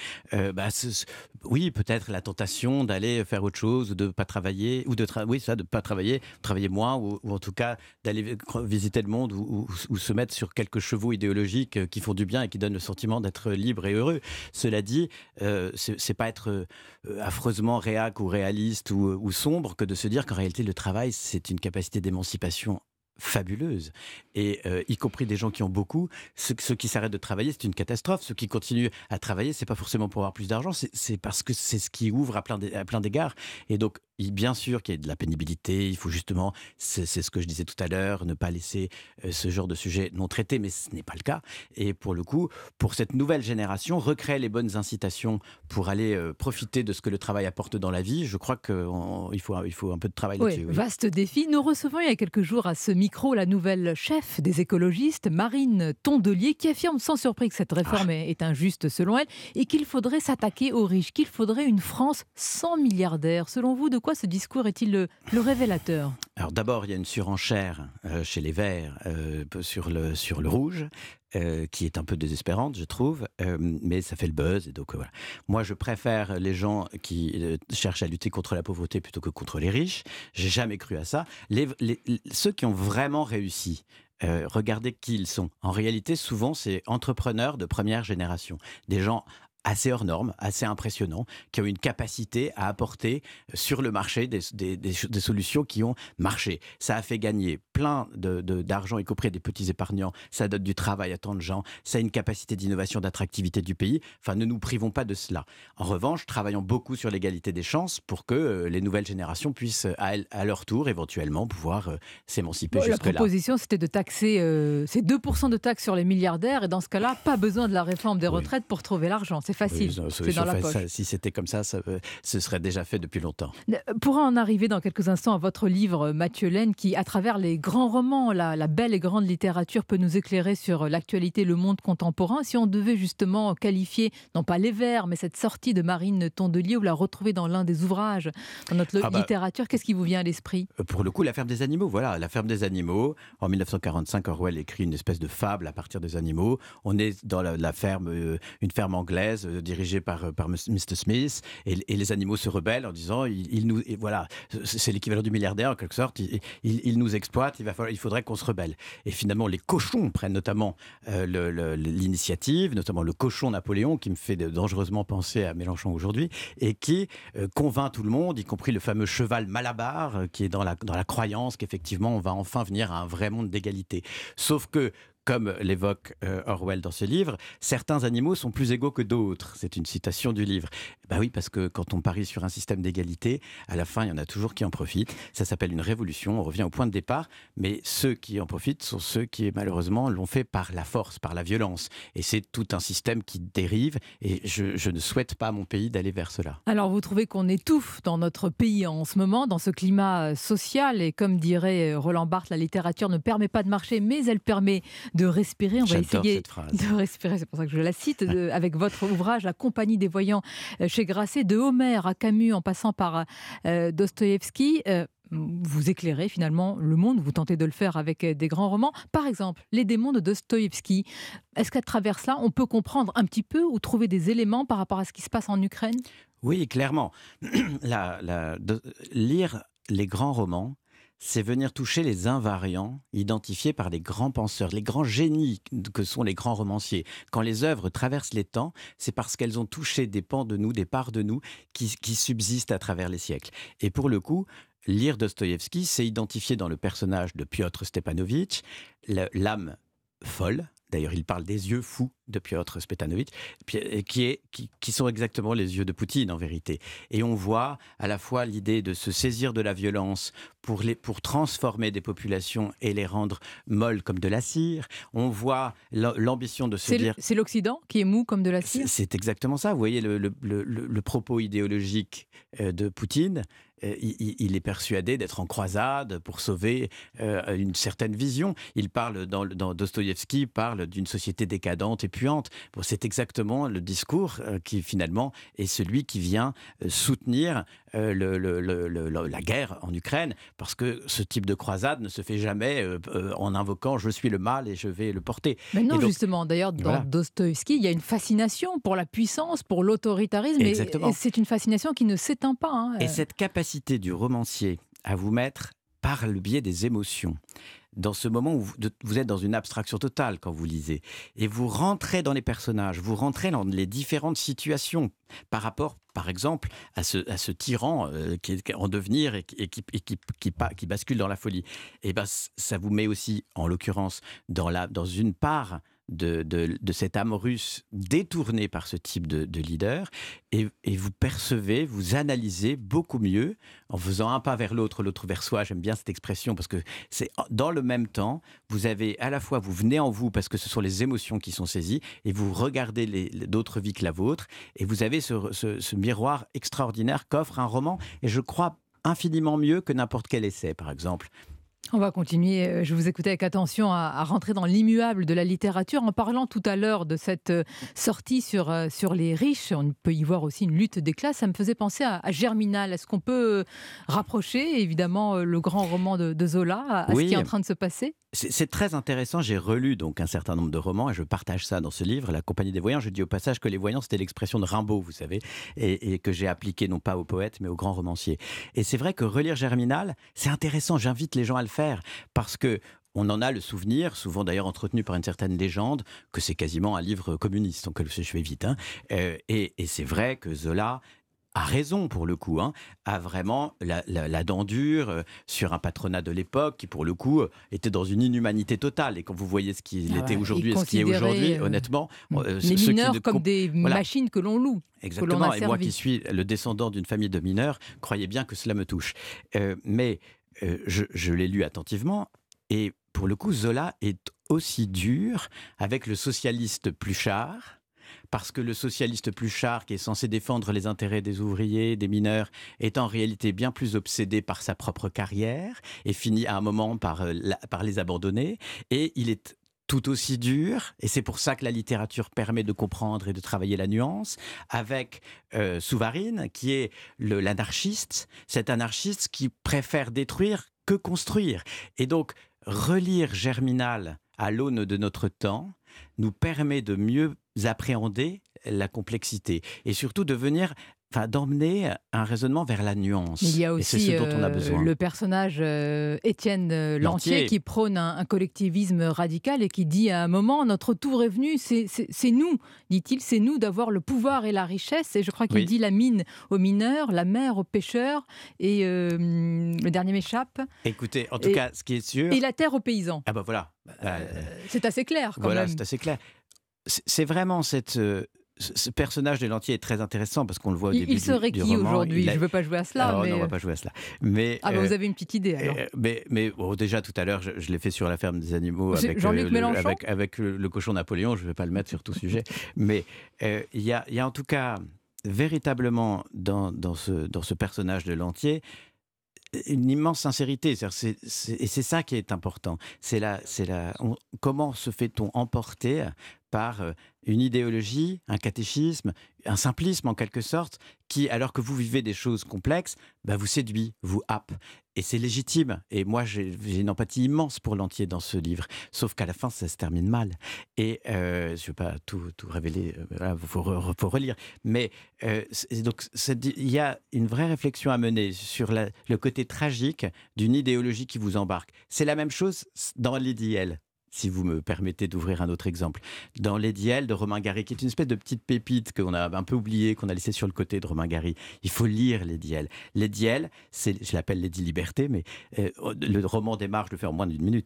oui, peut-être la tentation d'aller faire autre chose, ou de pas travailler, ou de pas travailler moins, ou en tout cas d'aller visiter le monde ou se mettre sur quelques chevaux idéologiques qui font du bien et qui donnent le sentiment d'être libre et heureux. Cela dit, c'est pas être affreusement réac ou réaliste ou sombre que de se dire qu'en réalité le travail c'est une capacité d'émancipation fabuleuse, et y compris des gens qui ont beaucoup. Ceux qui s'arrêtent de travailler, c'est une catastrophe. Ceux qui continuent à travailler, c'est pas forcément pour avoir plus d'argent, c'est parce que c'est ce qui ouvre à plein d'égards. Et donc bien sûr qu'il y a de la pénibilité, il faut justement, c'est ce que je disais tout à l'heure, ne pas laisser ce genre de sujet non traité, mais ce n'est pas le cas. Et pour le coup, pour cette nouvelle génération, recréer les bonnes incitations pour aller profiter de ce que le travail apporte dans la vie, je crois qu'il faut un peu de travail là-dessus. Oui. Vaste défi. Nous recevons il y a quelques jours à ce micro la nouvelle chef des écologistes, Marine Tondelier, qui affirme sans surprise que cette réforme est injuste selon elle et qu'il faudrait s'attaquer aux riches, qu'il faudrait une France sans milliardaires. Selon vous, de quoi ce discours est-il le révélateur ? Alors d'abord, il y a une surenchère chez les Verts sur le rouge. Qui est un peu désespérante, je trouve, mais ça fait le buzz. Et donc, voilà. Moi, je préfère les gens qui cherchent à lutter contre la pauvreté plutôt que contre les riches. J'ai jamais cru à ça. Ceux qui ont vraiment réussi, regardez qui ils sont. En réalité, souvent, c'est entrepreneurs de première génération. Des gens assez hors normes, assez impressionnants, qui ont une capacité à apporter sur le marché des solutions qui ont marché. Ça a fait gagner plein d'argent, y compris des petits épargnants. Ça donne du travail à tant de gens. Ça a une capacité d'innovation, d'attractivité du pays. Enfin, ne nous privons pas de cela. En revanche, travaillons beaucoup sur l'égalité des chances pour que les nouvelles générations puissent, à leur tour, éventuellement, pouvoir s'émanciper jusque-là. La proposition, c'était de taxer ces 2% de taxes sur les milliardaires. Et dans ce cas-là, pas besoin de la réforme des retraites pour trouver l'argent. C'est facile, c'est dans la poche. Si c'était comme ça, ce serait déjà fait depuis longtemps. Pour en arriver dans quelques instants à votre livre, Mathieu Laine, qui, à travers les grands romans, la belle et grande littérature, peut nous éclairer sur l'actualité, le monde contemporain. Si on devait justement qualifier, non pas les vers, mais cette sortie de Marine Tondelier, ou la retrouver dans l'un des ouvrages, dans notre littérature, qu'est-ce qui vous vient à l'esprit ? Pour le coup, La ferme des animaux, voilà, La ferme des animaux. En 1945, Orwell écrit une espèce de fable à partir des animaux. On est dans la ferme, une ferme anglaise dirigée par Mr. Smith, et les animaux se rebellent en disant, voilà, c'est l'équivalent du milliardaire en quelque sorte, il nous exploite, il faudrait qu'on se rebelle. Et finalement, les cochons prennent notamment l'initiative, notamment le cochon Napoléon, qui me fait dangereusement penser à Mélenchon aujourd'hui, et qui convainc tout le monde, y compris le fameux cheval Malabar, qui est dans la croyance qu'effectivement, on va enfin venir à un vrai monde d'égalité. Sauf que, comme l'évoque Orwell dans ce livre, certains animaux sont plus égaux que d'autres. C'est une citation du livre. Ben oui, parce que quand on parie sur un système d'égalité, à la fin, il y en a toujours qui en profitent. Ça s'appelle une révolution, on revient au point de départ, mais ceux qui en profitent sont ceux qui, malheureusement, l'ont fait par la force, par la violence. Et c'est tout un système qui dérive, et je ne souhaite pas à mon pays d'aller vers cela. Alors, vous trouvez qu'on étouffe dans notre pays en ce moment, dans ce climat social, et comme dirait Roland Barthes, la littérature ne permet pas de marcher, mais elle permet de respirer. On va essayer de respirer, c'est pour ça que je la cite, avec votre ouvrage La Compagnie des voyants chez Grasset, de Homère à Camus en passant par Dostoïevski. Vous éclairez finalement le monde, vous tentez de le faire avec des grands romans. Par exemple, Les démons de Dostoïevski. Est-ce qu'à travers cela, on peut comprendre un petit peu ou trouver des éléments par rapport à ce qui se passe en Ukraine ? Oui, clairement. Lire les grands romans, c'est venir toucher les invariants identifiés par les grands penseurs, les grands génies que sont les grands romanciers. Quand les œuvres traversent les temps, c'est parce qu'elles ont touché des pans de nous, des parts de nous qui subsistent à travers les siècles. Et pour le coup, lire Dostoïevski, c'est identifier dans le personnage de Piotr Stepanovitch l'âme folle. D'ailleurs, il parle des yeux fous de Piotr Stepanovitch, qui sont exactement les yeux de Poutine, en vérité. Et on voit à la fois l'idée de se saisir de la violence pour transformer des populations et les rendre molles comme de la cire. On voit l'ambition de se dire... C'est l'Occident qui est mou comme de la cire ? C'est exactement ça. Vous voyez le propos idéologique de Poutine. Il est persuadé d'être en croisade pour sauver une certaine vision. Il parle, dans Dostoïevski, parle d'une société décadente et puante. Bon, c'est exactement le discours qui, finalement, est celui qui vient soutenir la guerre en Ukraine, parce que ce type de croisade ne se fait jamais en invoquant « je suis le mal et je vais le porter ». Mais non, donc, justement, d'ailleurs, dans Dostoïevski, il y a une fascination pour la puissance, pour l'autoritarisme, et c'est une fascination qui ne s'éteint pas. Hein. Et cette capacité du romancier à vous mettre, par le biais des émotions, dans ce moment où vous êtes dans une abstraction totale quand vous lisez, et vous rentrez dans les personnages, vous rentrez dans les différentes situations par rapport, par exemple, à ce tyran qui est en devenir et qui bascule dans la folie. Et ben, ça vous met aussi, en l'occurrence, dans une part de cette âme russe détournée par ce type de leader, et vous percevez, vous analysez beaucoup mieux en faisant un pas vers l'autre vers soi. J'aime bien cette expression parce que c'est dans le même temps, vous avez à la fois, vous venez en vous parce que ce sont les émotions qui sont saisies, et vous regardez d'autres vies que la vôtre, et vous avez ce miroir extraordinaire qu'offre un roman, et je crois infiniment mieux que n'importe quel essai, par exemple. On va continuer, je vous écoutais avec attention, à rentrer dans l'immuable de la littérature en parlant tout à l'heure de cette sortie sur les riches. On peut y voir aussi une lutte des classes. Ça me faisait penser à Germinal. Est-ce qu'on peut rapprocher évidemment le grand roman de Zola à ce qui est en train de se passer ? C'est très intéressant. J'ai relu donc un certain nombre de romans et je partage ça dans ce livre, La Compagnie des voyants. Je dis au passage que les voyants, c'était l'expression de Rimbaud, vous savez, et que j'ai appliqué non pas aux poètes mais aux grands romanciers. Et c'est vrai que relire Germinal, c'est intéressant. J'invite les gens à le faire parce que on en a le souvenir, souvent d'ailleurs entretenu par une certaine légende, que c'est quasiment un livre communiste. Donc je vais vite. Et c'est vrai que Zola a raison pour le coup, a vraiment la dent dure sur un patronat de l'époque qui pour le coup était dans une inhumanité totale. Et quand vous voyez ce qu'il était aujourd'hui et ce qui est aujourd'hui, honnêtement... les mineurs comme des machines que l'on loue. Exactement, et moi qui suis le descendant d'une famille de mineurs, croyez bien que cela me touche. Mais je l'ai lu attentivement et pour le coup Zola est aussi dur avec le socialiste Pluchart. Parce que le socialiste Pluchart, qui est censé défendre les intérêts des ouvriers, des mineurs, est en réalité bien plus obsédé par sa propre carrière et finit à un moment par les abandonner. Et il est tout aussi dur, et c'est pour ça que la littérature permet de comprendre et de travailler la nuance, avec Souvarine, qui est l'anarchiste, cet anarchiste qui préfère détruire que construire. Et donc, relire Germinal à l'aune de notre temps nous permet de mieux appréhender la complexité et surtout d'emmener un raisonnement vers la nuance. Il y a aussi et c'est ce dont on a besoin. Le personnage Étienne Lantier qui prône un collectivisme radical et qui dit à un moment, notre tour est venu, c'est nous, dit-il, c'est nous d'avoir le pouvoir et la richesse. Et je crois qu'il dit la mine aux mineurs, la mer aux pêcheurs et le dernier m'échappe. Écoutez, en tout cas, ce qui est sûr... Et la terre aux paysans. Ah ben voilà. C'est assez clair quand même. Voilà, c'est assez clair. C'est vraiment ce personnage de Lantier est très intéressant parce qu'on le voit au début du roman. Il serait qui aujourd'hui ? Je ne veux pas jouer à cela. Non, on ne va pas jouer à cela. Mais, vous avez une petite idée alors. Mais déjà tout à l'heure, je l'ai fait sur la ferme des animaux avec le cochon Napoléon. Je ne vais pas le mettre sur tout sujet. Mais il y a en tout cas véritablement dans ce personnage de Lantier une immense sincérité, et c'est ça qui est important. Comment se fait-on emporter par une idéologie, un catéchisme, un simplisme en quelque sorte, qui, alors que vous vivez des choses complexes, vous séduit, vous happe. Et c'est légitime. Et moi, j'ai une empathie immense pour Lantier dans ce livre. Sauf qu'à la fin, ça se termine mal. Et je ne vais pas tout révéler, il faut relire. Mais donc, il y a une vraie réflexion à mener sur le côté tragique d'une idéologie qui vous embarque. C'est la même chose dans Lady L. Si vous me permettez d'ouvrir un autre exemple. Dans Lady L de Romain Gary, qui est une espèce de petite pépite qu'on a un peu oubliée, qu'on a laissée sur le côté de Romain Gary. Il faut lire Lady L. Lady L, je l'appelle Lady Liberté, mais le roman démarre, je le fais en moins d'une minute,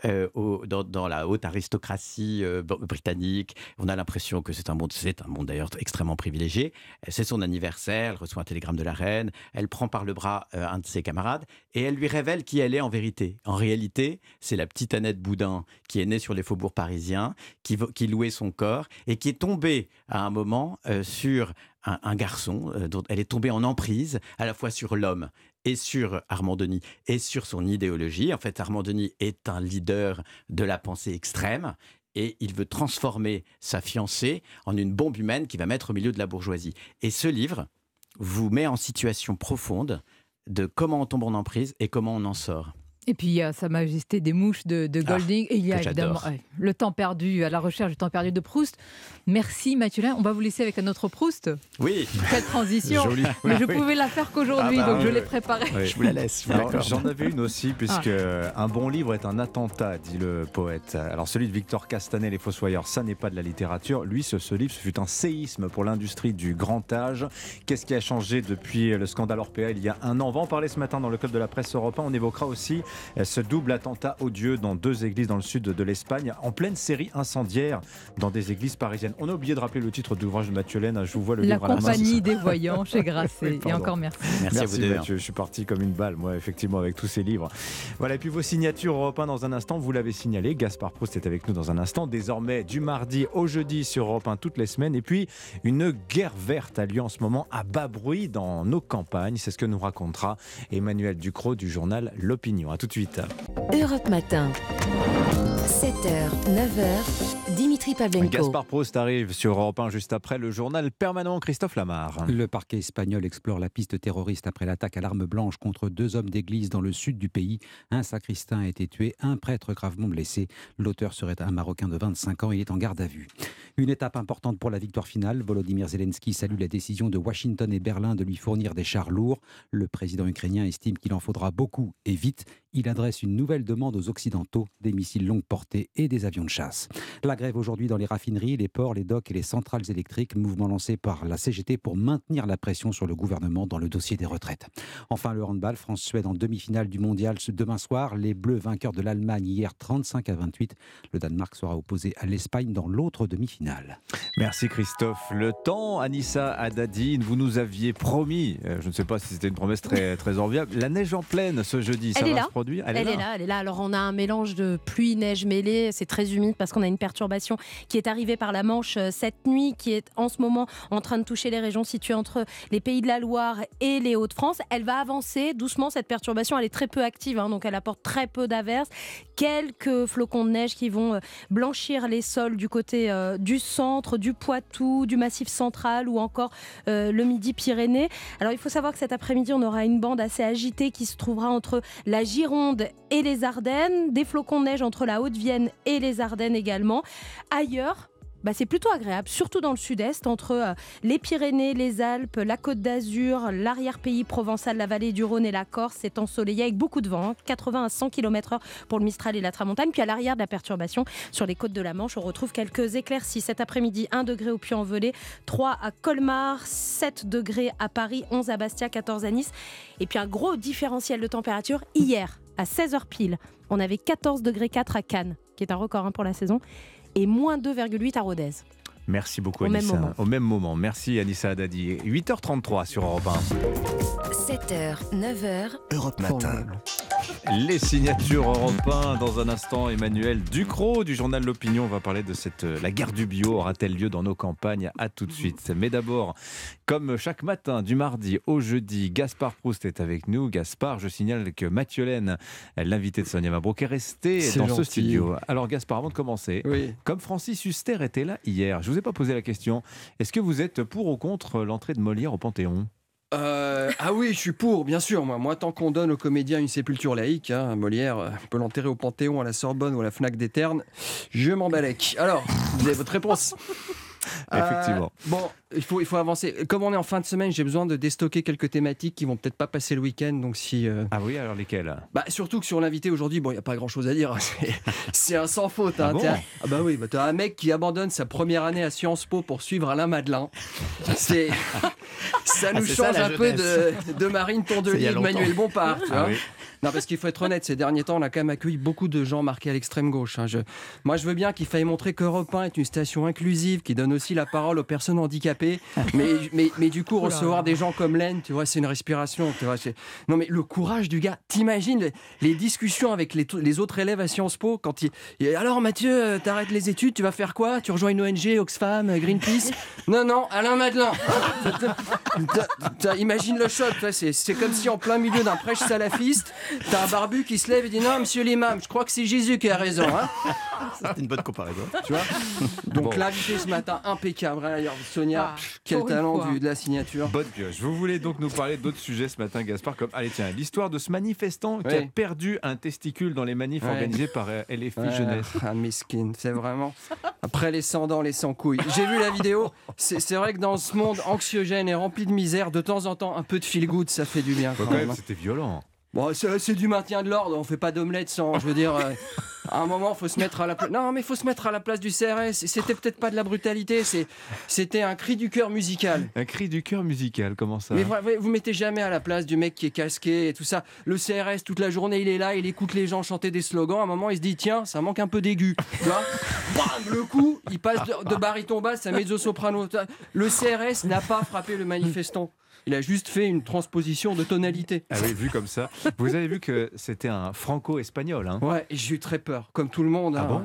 dans la haute aristocratie britannique. On a l'impression que c'est un monde d'ailleurs extrêmement privilégié. C'est son anniversaire, elle reçoit un télégramme de la reine, elle prend par le bras un de ses camarades et elle lui révèle qui elle est en vérité. En réalité, c'est la petite Annette Boudin qui est née sur les faubourgs parisiens, qui louait son corps et qui est tombée à un moment sur un garçon, dont elle est tombée en emprise à la fois sur l'homme et sur Armand Denis et sur son idéologie. En fait, Armand Denis est un leader de la pensée extrême et il veut transformer sa fiancée en une bombe humaine qui va mettre au milieu de la bourgeoisie. Et ce livre vous met en situation profonde de comment on tombe en emprise et comment on en sort. Et puis il y a Sa Majesté des Mouches de Golding. Et il y a évidemment Le Temps perdu, à la recherche du temps perdu de Proust. Merci Mathieu. On va vous laisser avec un autre Proust. Oui. Quelle transition. Mais je pouvais la faire qu'aujourd'hui, donc je l'ai préparée. Oui. Je vous la laisse. J'en avais une aussi, puisque un bon livre est un attentat, dit le poète. Alors celui de Victor Castanet, Les Fossoyeurs, ça n'est pas de la littérature. Lui, ce livre, ce fut un séisme pour l'industrie du grand âge. Qu'est-ce qui a changé depuis le scandale Orpea il y a un an ? On va en parler ce matin dans le Club de la Presse Europe 1. On évoquera aussi ce double attentat odieux dans 2 églises dans le sud de l'Espagne, en pleine série incendiaire dans des églises parisiennes. On a oublié de rappeler le titre de l'ouvrage de Mathieu Laine. Je vous vois le livre à la main. La compagnie des voyants chez Grasset. Et encore merci. Merci à vous deux. Mathieu, je suis parti comme une balle, moi, effectivement, avec tous ces livres. Voilà, et puis vos signatures Europe 1 dans un instant, vous l'avez signalé. Gaspard Proust est avec nous dans un instant. Désormais, du mardi au jeudi sur Europe 1 toutes les semaines. Et puis, une guerre verte a lieu en ce moment à bas bruit dans nos campagnes. C'est ce que nous racontera Emmanuel Ducrot du journal L'Opinion. À tout de suite. Europe Matin, 7h, 9h, Dimitri Dimitri Pavlenko. Gaspard Proust arrive sur Europe 1 juste après le journal permanent Christophe Lamar. Le parquet espagnol explore la piste terroriste après l'attaque à l'arme blanche contre 2 hommes d'église dans le sud du pays. Un sacristain a été tué, un prêtre gravement blessé. L'auteur serait un Marocain de 25 ans, il est en garde à vue. Une étape importante pour la victoire finale. Volodymyr Zelensky salue la décision de Washington et Berlin de lui fournir des chars lourds. Le président ukrainien estime qu'il en faudra beaucoup et vite. Il adresse une nouvelle demande aux Occidentaux, des missiles longue portée et des avions de chasse. La grève aujourd'hui dans les raffineries, les ports, les docks et les centrales électriques, mouvement lancé par la CGT pour maintenir la pression sur le gouvernement dans le dossier des retraites. Enfin, le handball, France-Suède en demi-finale du mondial demain soir. Les Bleus vainqueurs de l'Allemagne hier 35-28. Le Danemark sera opposé à l'Espagne dans l'autre demi-finale. Merci Christophe. Le temps, Anissa Haddadi, vous nous aviez promis, je ne sais pas si c'était une promesse très, très enviable, la neige en pleine ce jeudi, ça va se produire. Elle est là. Alors on a un mélange de pluie, neige mêlée, c'est très humide parce qu'on a une perturbation qui est arrivée par la Manche cette nuit, qui est en ce moment en train de toucher les régions situées entre les Pays de la Loire et les Hauts-de-France. Elle va avancer doucement, cette perturbation, elle est très peu active, donc elle apporte très peu d'averses. Quelques flocons de neige qui vont blanchir les sols du côté du centre, du Poitou, du Massif central ou encore le Midi-Pyrénées. Alors il faut savoir que cet après-midi, on aura une bande assez agitée qui se trouvera entre la Gironde et les Ardennes, des flocons de neige entre la Haute-Vienne et les Ardennes également. Ailleurs, c'est plutôt agréable, surtout dans le sud-est, entre les Pyrénées, les Alpes, la Côte d'Azur, l'arrière-pays provençal, la vallée du Rhône et la Corse. C'est ensoleillé avec beaucoup de vent, 80 à 100 km/h pour le Mistral et la Tramontane. Puis à l'arrière de la perturbation, sur les côtes de la Manche, on retrouve quelques éclaircies. Cet après-midi, 1 degré au Puy-en-Velay, 3 à Colmar, 7 degrés à Paris, 11 à Bastia, 14 à Nice. Et puis un gros différentiel de température. Hier, à 16h pile, on avait 14 degrés 4 à Cannes, qui est un record pour la saison, et moins 2,8 à Rodez. Merci beaucoup Anissa. Au même moment. Merci Anissa Haddadi. 8h33 sur Europe 1. 7h, 9h. Europe Matin. Les signatures Europe 1. Dans un instant, Emmanuel Ducrot du journal L'Opinion va parler de la guerre du bio. Aura-t-elle lieu dans nos campagnes? À tout de suite. Mais d'abord, comme chaque matin, du mardi au jeudi, Gaspard Proust est avec nous. Gaspard, je signale que Mathieu-Laine, l'invité de Sonia Mabrouk, est resté dans ce studio. Alors Gaspard, avant de commencer, comme Francis Huster était là hier, je ne vous ai pas posé la question. Est-ce que vous êtes pour ou contre l'entrée de Molière au Panthéon ? Ah oui, je suis pour, bien sûr. Moi, tant qu'on donne aux comédiens une sépulture laïque, Molière, on peut l'enterrer au Panthéon, à la Sorbonne ou à la Fnac des Ternes, je m'en balèque. Alors, vous avez votre réponse. Effectivement. Il faut avancer. Comme on est en fin de semaine, j'ai besoin de déstocker quelques thématiques qui vont peut-être pas passer le week-end. Donc si Ah oui, alors lesquelles? Surtout que sur l'invité aujourd'hui, il n'y a pas grand-chose à dire. C'est un sans faute. Ah bon T'as un mec qui abandonne sa première année à Sciences Po pour suivre Alain Madelin. Ça nous change un peu de Marine Tondelier et de Manuel Bompard. Tu vois. Non, parce qu'il faut être honnête, ces derniers temps, on a quand même accueilli beaucoup de gens marqués à l'extrême gauche. Moi, je veux bien qu'il faille montrer qu'Europe 1 est une station inclusive, qui donne aussi la parole aux personnes handicapées. Mais du coup, recevoir des gens comme Laine, tu vois, c'est une respiration. Tu vois, non, mais le courage du gars. T'imagines les discussions avec les autres élèves à Sciences Po quand alors Mathieu, t'arrêtes les études, tu vas faire quoi? Tu rejoins une ONG, Oxfam, Greenpeace? Non, Alain Madelin. Imagine le choc. C'est comme si en plein milieu d'un prêche salafiste, t'as un barbu qui se lève et dit non, monsieur l'imam, je crois que c'est Jésus qui a raison. C'est une bonne comparaison. Tu vois. Donc l'invité ce matin, impeccable. Sonia, quel talent de la signature. Bonne pioche. Vous voulez donc nous parler d'autres sujets ce matin, Gaspard, comme l'histoire de ce manifestant qui a perdu un testicule dans les manifs organisés par LFI Jeunesse. Miskin, c'est vraiment. Après les sans dents, les sans couilles. J'ai vu la vidéo. C'est vrai que dans ce monde anxiogène et rempli de misère, de temps en temps, un peu de feel good, ça fait du bien. Quand même, c'était violent. Bon, c'est du maintien de l'ordre, on fait pas d'omelette sans, je veux dire, à un moment, faut se mettre à la place. Non, mais faut se mettre à la place du CRS. C'était peut-être pas de la brutalité, c'était un cri du cœur musical. Un cri du cœur musical, comment ça? Mais vous mettez jamais à la place du mec qui est casqué et tout ça. Le CRS, toute la journée, il est là, il écoute les gens chanter des slogans. À un moment, il se dit, tiens, ça manque un peu d'aigu. Tu vois? Bam, le coup, il passe de baryton basse à mezzo-soprano. Le CRS n'a pas frappé le manifestant. Il a juste fait une transposition de tonalité. Ah oui, vu comme ça. Vous avez vu que c'était un franco-espagnol. Ouais, et j'ai eu très peur, comme tout le monde. Ah bon?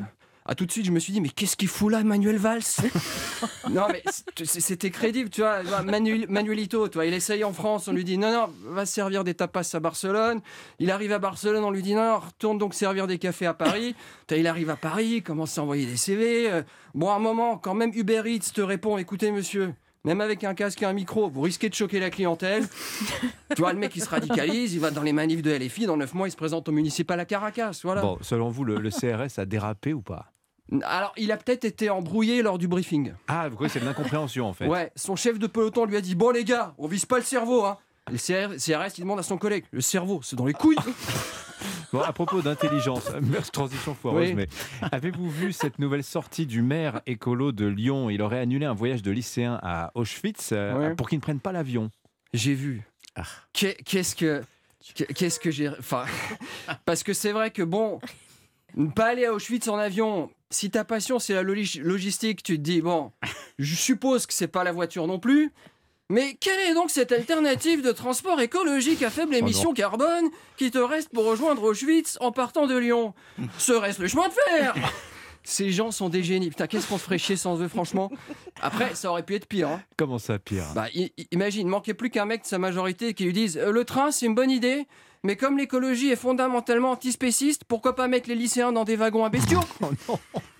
tout de suite, je me suis dit, mais qu'est-ce qu'il fout là, Manuel Valls? Non, mais c'était crédible, tu vois. Manuelito, tu vois, il essaye en France, on lui dit, non, va servir des tapas à Barcelone. Il arrive à Barcelone, on lui dit, non, retourne donc servir des cafés à Paris. Il arrive à Paris, commence à envoyer des CV. Bon, à un moment, quand même Uber Eats te répond, écoutez, monsieur, même avec un casque et un micro, vous risquez de choquer la clientèle. Tu vois, le mec, il se radicalise, il va dans les manifs de LFI, dans 9 mois, il se présente au municipal à Caracas. Voilà. Bon, selon vous, le CRS a dérapé ou pas? Alors, il a peut-être été embrouillé lors du briefing. Ah, vous voyez, c'est de l'incompréhension, en fait. Ouais, son chef de peloton lui a dit, bon les gars, on vise pas le cerveau, hein. Le CRS, il demande à son collègue, le cerveau, c'est dans les couilles. Bon, à propos d'intelligence, transition foireuse, Oui. mais avez-vous vu cette nouvelle sortie du maire écolo de Lyon? Il aurait annulé un voyage de lycéens à Auschwitz pour qu'ils ne prennent pas l'avion. J'ai vu. Qu'est-ce que j'ai... Enfin, parce que c'est vrai que bon, ne pas aller à Auschwitz en avion, si ta passion c'est la logistique, tu te dis, bon, je suppose que c'est pas la voiture non plus. Mais quelle est donc cette alternative de transport écologique à faible émission carbone qui te reste pour rejoindre Auschwitz en partant de Lyon? Serait-ce le chemin de fer? Ces gens sont des génies. Putain, qu'est-ce qu'on se ferait chier sans eux, franchement? Après, ça aurait pu être pire. Hein. Comment ça, pire? Bah, imagine, il manquait plus qu'un mec de sa majorité qui lui dise le train, c'est une bonne idée, mais comme l'écologie est fondamentalement antispéciste, pourquoi pas mettre les lycéens dans des wagons à bestiaux? Oh non.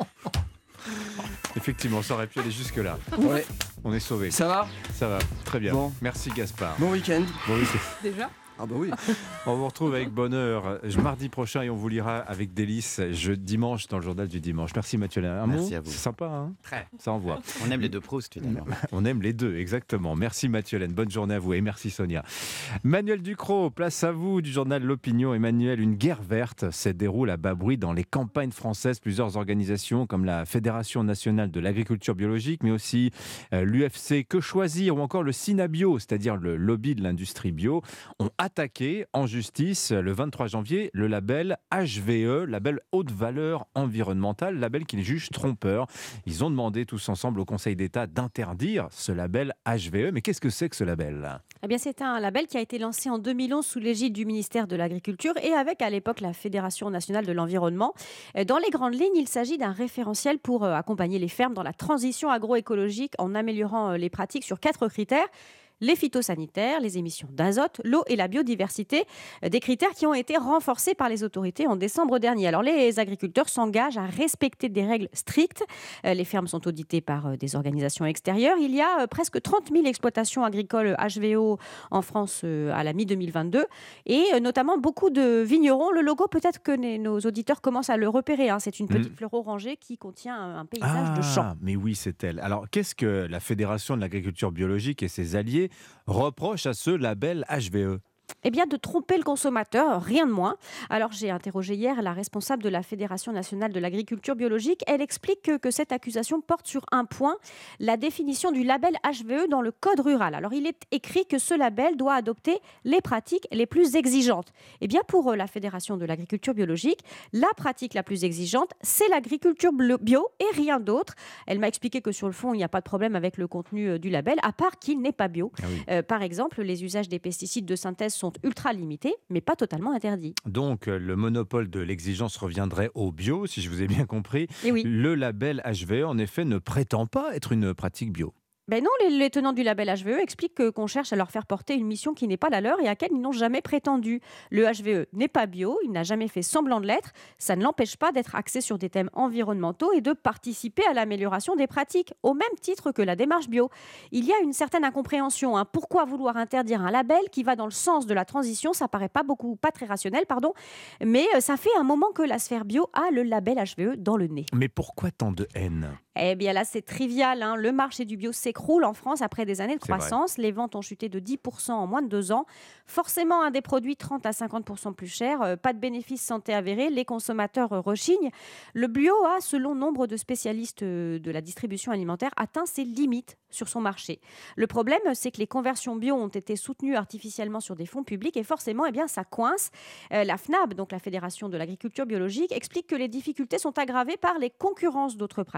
Effectivement, ça aurait pu aller jusque-là. Ouais. On est sauvés. Ça va? Ça va, très bien. Bon. Merci Gaspard. Bon week-end. Bon week-end. Déjà? Ah bah oui. On vous retrouve avec bonheur mardi prochain et on vous lira avec délice dimanche dans le journal du dimanche. Merci Mathieu. Merci à vous. C'est sympa, hein? Très. Ça envoie. On aime les deux Proust finalement. On aime les deux, exactement. Merci Mathieu Hélène. Bonne journée à vous et merci Sonia. Manuel Ducrot, place à vous du journal L'Opinion. Emmanuel, une guerre verte se déroule à bas bruit dans les campagnes françaises. Plusieurs organisations comme la Fédération nationale de l'agriculture biologique, mais aussi l'UFC Que Choisir ou encore le Synabio, c'est-à-dire le lobby de l'industrie bio, ont attaqué en justice le 23 janvier le label HVE, label haute valeur environnementale, label qu'ils jugent trompeur. Ils ont demandé tous ensemble au Conseil d'État d'interdire ce label HVE. Mais qu'est-ce que c'est que ce label? Eh bien, c'est un label qui a été lancé en 2011 sous l'égide du ministère de l'Agriculture et avec à l'époque la Fédération nationale de l'environnement. Dans les grandes lignes, il s'agit d'un référentiel pour accompagner les fermes dans la transition agroécologique en améliorant les pratiques sur 4 critères. Les phytosanitaires, les émissions d'azote, l'eau et la biodiversité, des critères qui ont été renforcés par les autorités en décembre dernier. Alors les agriculteurs s'engagent à respecter des règles strictes. Les fermes sont auditées par des organisations extérieures. Il y a presque 30 000 exploitations agricoles HVO en France à la mi-2022 et notamment beaucoup de vignerons. Le logo, peut-être que nos auditeurs commencent à le repérer. C'est une petite fleur orangée qui contient un paysage de champs. Mais oui, c'est elle. Alors qu'est-ce que la Fédération de l'agriculture biologique et ses alliés reproche à ce label HVE? Eh bien, de tromper le consommateur, rien de moins. Alors, j'ai interrogé hier la responsable de la Fédération nationale de l'agriculture biologique. Elle explique que cette accusation porte sur un point, la définition du label HVE dans le code rural. Alors, il est écrit que ce label doit adopter les pratiques les plus exigeantes. Eh bien, pour la Fédération de l'agriculture biologique, la pratique la plus exigeante, c'est l'agriculture bio et rien d'autre. Elle m'a expliqué que sur le fond, il n'y a pas de problème avec le contenu du label, à part qu'il n'est pas bio. Ah oui. Par exemple, les usages des pesticides de synthèse sont ultra limités, mais pas totalement interdits. Donc, le monopole de l'exigence reviendrait au bio, si je vous ai bien compris. Et oui. Le label HVE, en effet, ne prétend pas être une pratique bio. Ben non, les tenants du label HVE expliquent qu'on cherche à leur faire porter une mission qui n'est pas la leur et à laquelle ils n'ont jamais prétendu. Le HVE n'est pas bio, il n'a jamais fait semblant de l'être. Ça ne l'empêche pas d'être axé sur des thèmes environnementaux et de participer à l'amélioration des pratiques, au même titre que la démarche bio. Il y a une certaine incompréhension. Pourquoi vouloir interdire un label qui va dans le sens de la transition? Ça paraît pas très rationnel, mais ça fait un moment que la sphère bio a le label HVE dans le nez. Mais pourquoi tant de haine? Eh bien là, c'est trivial. Le marché du bio s'écroule en France après des années de croissance. Les ventes ont chuté de 10% en moins de 2 ans. Forcément, des produits 30 à 50% plus chers. Pas de bénéfices santé avérés. Les consommateurs rechignent. Le bio a, selon nombre de spécialistes de la distribution alimentaire, atteint ses limites sur son marché. Le problème, c'est que les conversions bio ont été soutenues artificiellement sur des fonds publics et forcément, ça coince. La FNAB, donc la Fédération de l'agriculture biologique, explique que les difficultés sont aggravées par les concurrences d'autres pratiques sous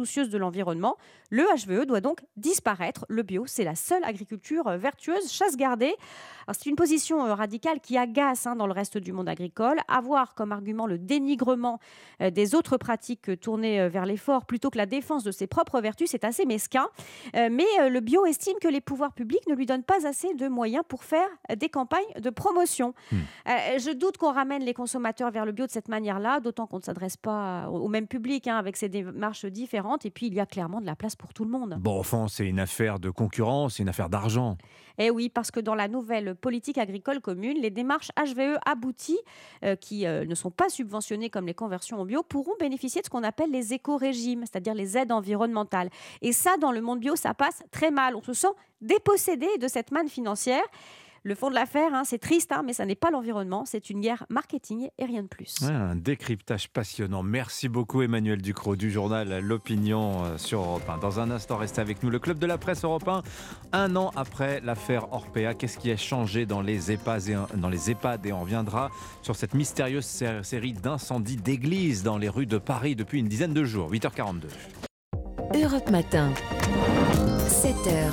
soucieuse de l'environnement. Le HVE doit donc disparaître. Le bio, c'est la seule agriculture vertueuse, chasse gardée. Alors, c'est une position radicale qui agace dans le reste du monde agricole. Avoir comme argument le dénigrement des autres pratiques tournées vers l'effort plutôt que la défense de ses propres vertus, c'est assez mesquin. Mais le bio estime que les pouvoirs publics ne lui donnent pas assez de moyens pour faire des campagnes de promotion. Je doute qu'on ramène les consommateurs vers le bio de cette manière-là, d'autant qu'on ne s'adresse pas au même public, avec ces démarches différentes. Et puis, il y a clairement de la place pour tout le monde. Bon, enfin, c'est une affaire de concurrence, c'est une affaire d'argent. Eh oui, parce que dans la nouvelle politique agricole commune, les démarches HVE abouties, qui ne sont pas subventionnées comme les conversions au bio, pourront bénéficier de ce qu'on appelle les éco-régimes, c'est-à-dire les aides environnementales. Et ça, dans le monde bio, ça passe très mal. On se sent dépossédé de cette manne financière. Le fond de l'affaire, c'est triste, mais ça n'est pas l'environnement, c'est une guerre marketing et rien de plus. Ouais, un décryptage passionnant. Merci beaucoup Emmanuel Ducrot du journal L'Opinion sur Europe 1. Dans un instant, restez avec nous. Le Club de la Presse Europe 1, un an après l'affaire Orpea, qu'est-ce qui a changé dans les EHPAD et on reviendra sur cette mystérieuse série d'incendies d'églises dans les rues de Paris depuis une dizaine de jours. 8h42. Europe Matin. 7h,